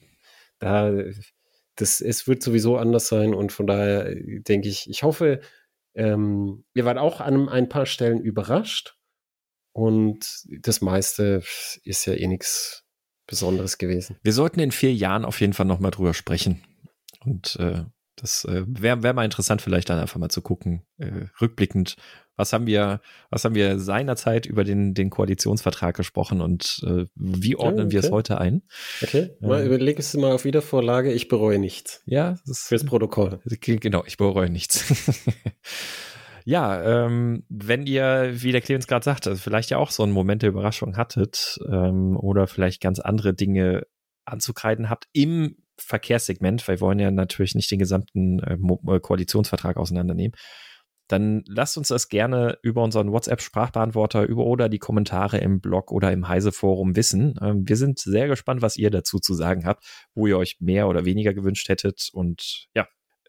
es wird sowieso anders sein und von daher denke ich hoffe, wir waren auch an ein paar Stellen überrascht und das meiste ist ja nichts Besonderes gewesen. Wir sollten in 4 Jahren auf jeden Fall nochmal drüber sprechen und das wäre mal interessant, vielleicht dann einfach mal zu gucken, rückblickend, was haben wir seinerzeit über den Koalitionsvertrag gesprochen und wie ordnen wir es heute ein? Okay, überleg es mal auf Wiedervorlage, ich bereue nichts. Ja, das ist fürs Protokoll. Genau, ich bereue nichts. Ja, wenn ihr, wie der Clemens gerade sagte, also vielleicht ja auch so einen Moment der Überraschung hattet oder vielleicht ganz andere Dinge anzukreiden habt im Verkehrssegment, weil wir wollen ja natürlich nicht den gesamten Koalitionsvertrag auseinandernehmen, dann lasst uns das gerne über unseren WhatsApp-Sprachbeantworter oder die Kommentare im Blog oder im Heise-Forum wissen. Wir sind sehr gespannt, was ihr dazu zu sagen habt, wo ihr euch mehr oder weniger gewünscht hättet und ja.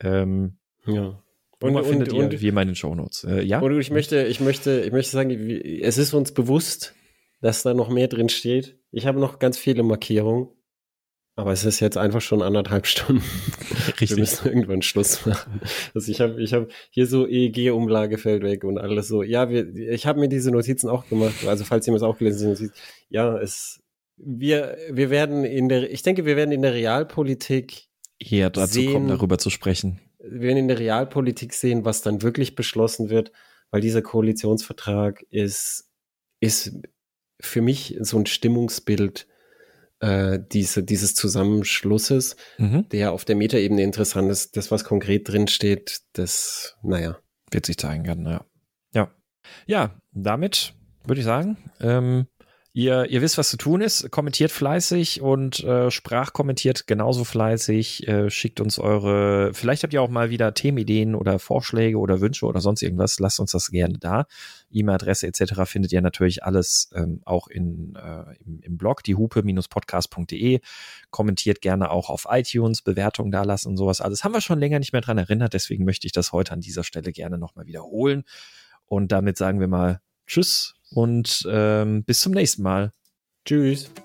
Und findet ihr wie immer in den Shownotes. Ja? Und ich möchte sagen, es ist uns bewusst, dass da noch mehr drin steht. Ich habe noch ganz viele Markierungen. Aber es ist jetzt einfach schon 1,5 Stunden. Richtig. Wir müssen irgendwann Schluss machen. Also ich hab hier so EEG-Umlage fällt weg und alles so. Ja, ich habe mir diese Notizen auch gemacht. Also falls jemand es auch gelesen hat, ja, wir werden in der Realpolitik eher dazu kommen, darüber zu sprechen. werden in der Realpolitik sehen, was dann wirklich beschlossen wird, weil dieser Koalitionsvertrag ist für mich so ein Stimmungsbild dieses Zusammenschlusses, der auf der Metaebene interessant ist. Das, was konkret drinsteht, das, naja. Wird sich zeigen werden, ja. Ja, damit würde ich sagen, ihr wisst, was zu tun ist. Kommentiert fleißig und sprachkommentiert genauso fleißig. Schickt uns vielleicht habt ihr auch mal wieder Themenideen oder Vorschläge oder Wünsche oder sonst irgendwas. Lasst uns das gerne da. E-Mail-Adresse etc. findet ihr natürlich alles auch im Blog, diehupe-podcast.de. Kommentiert gerne auch auf iTunes, Bewertungen da lassen und sowas alles. Haben wir schon länger nicht mehr dran erinnert, deswegen möchte ich das heute an dieser Stelle gerne nochmal wiederholen. Und damit sagen wir mal Tschüss und bis zum nächsten Mal. Tschüss.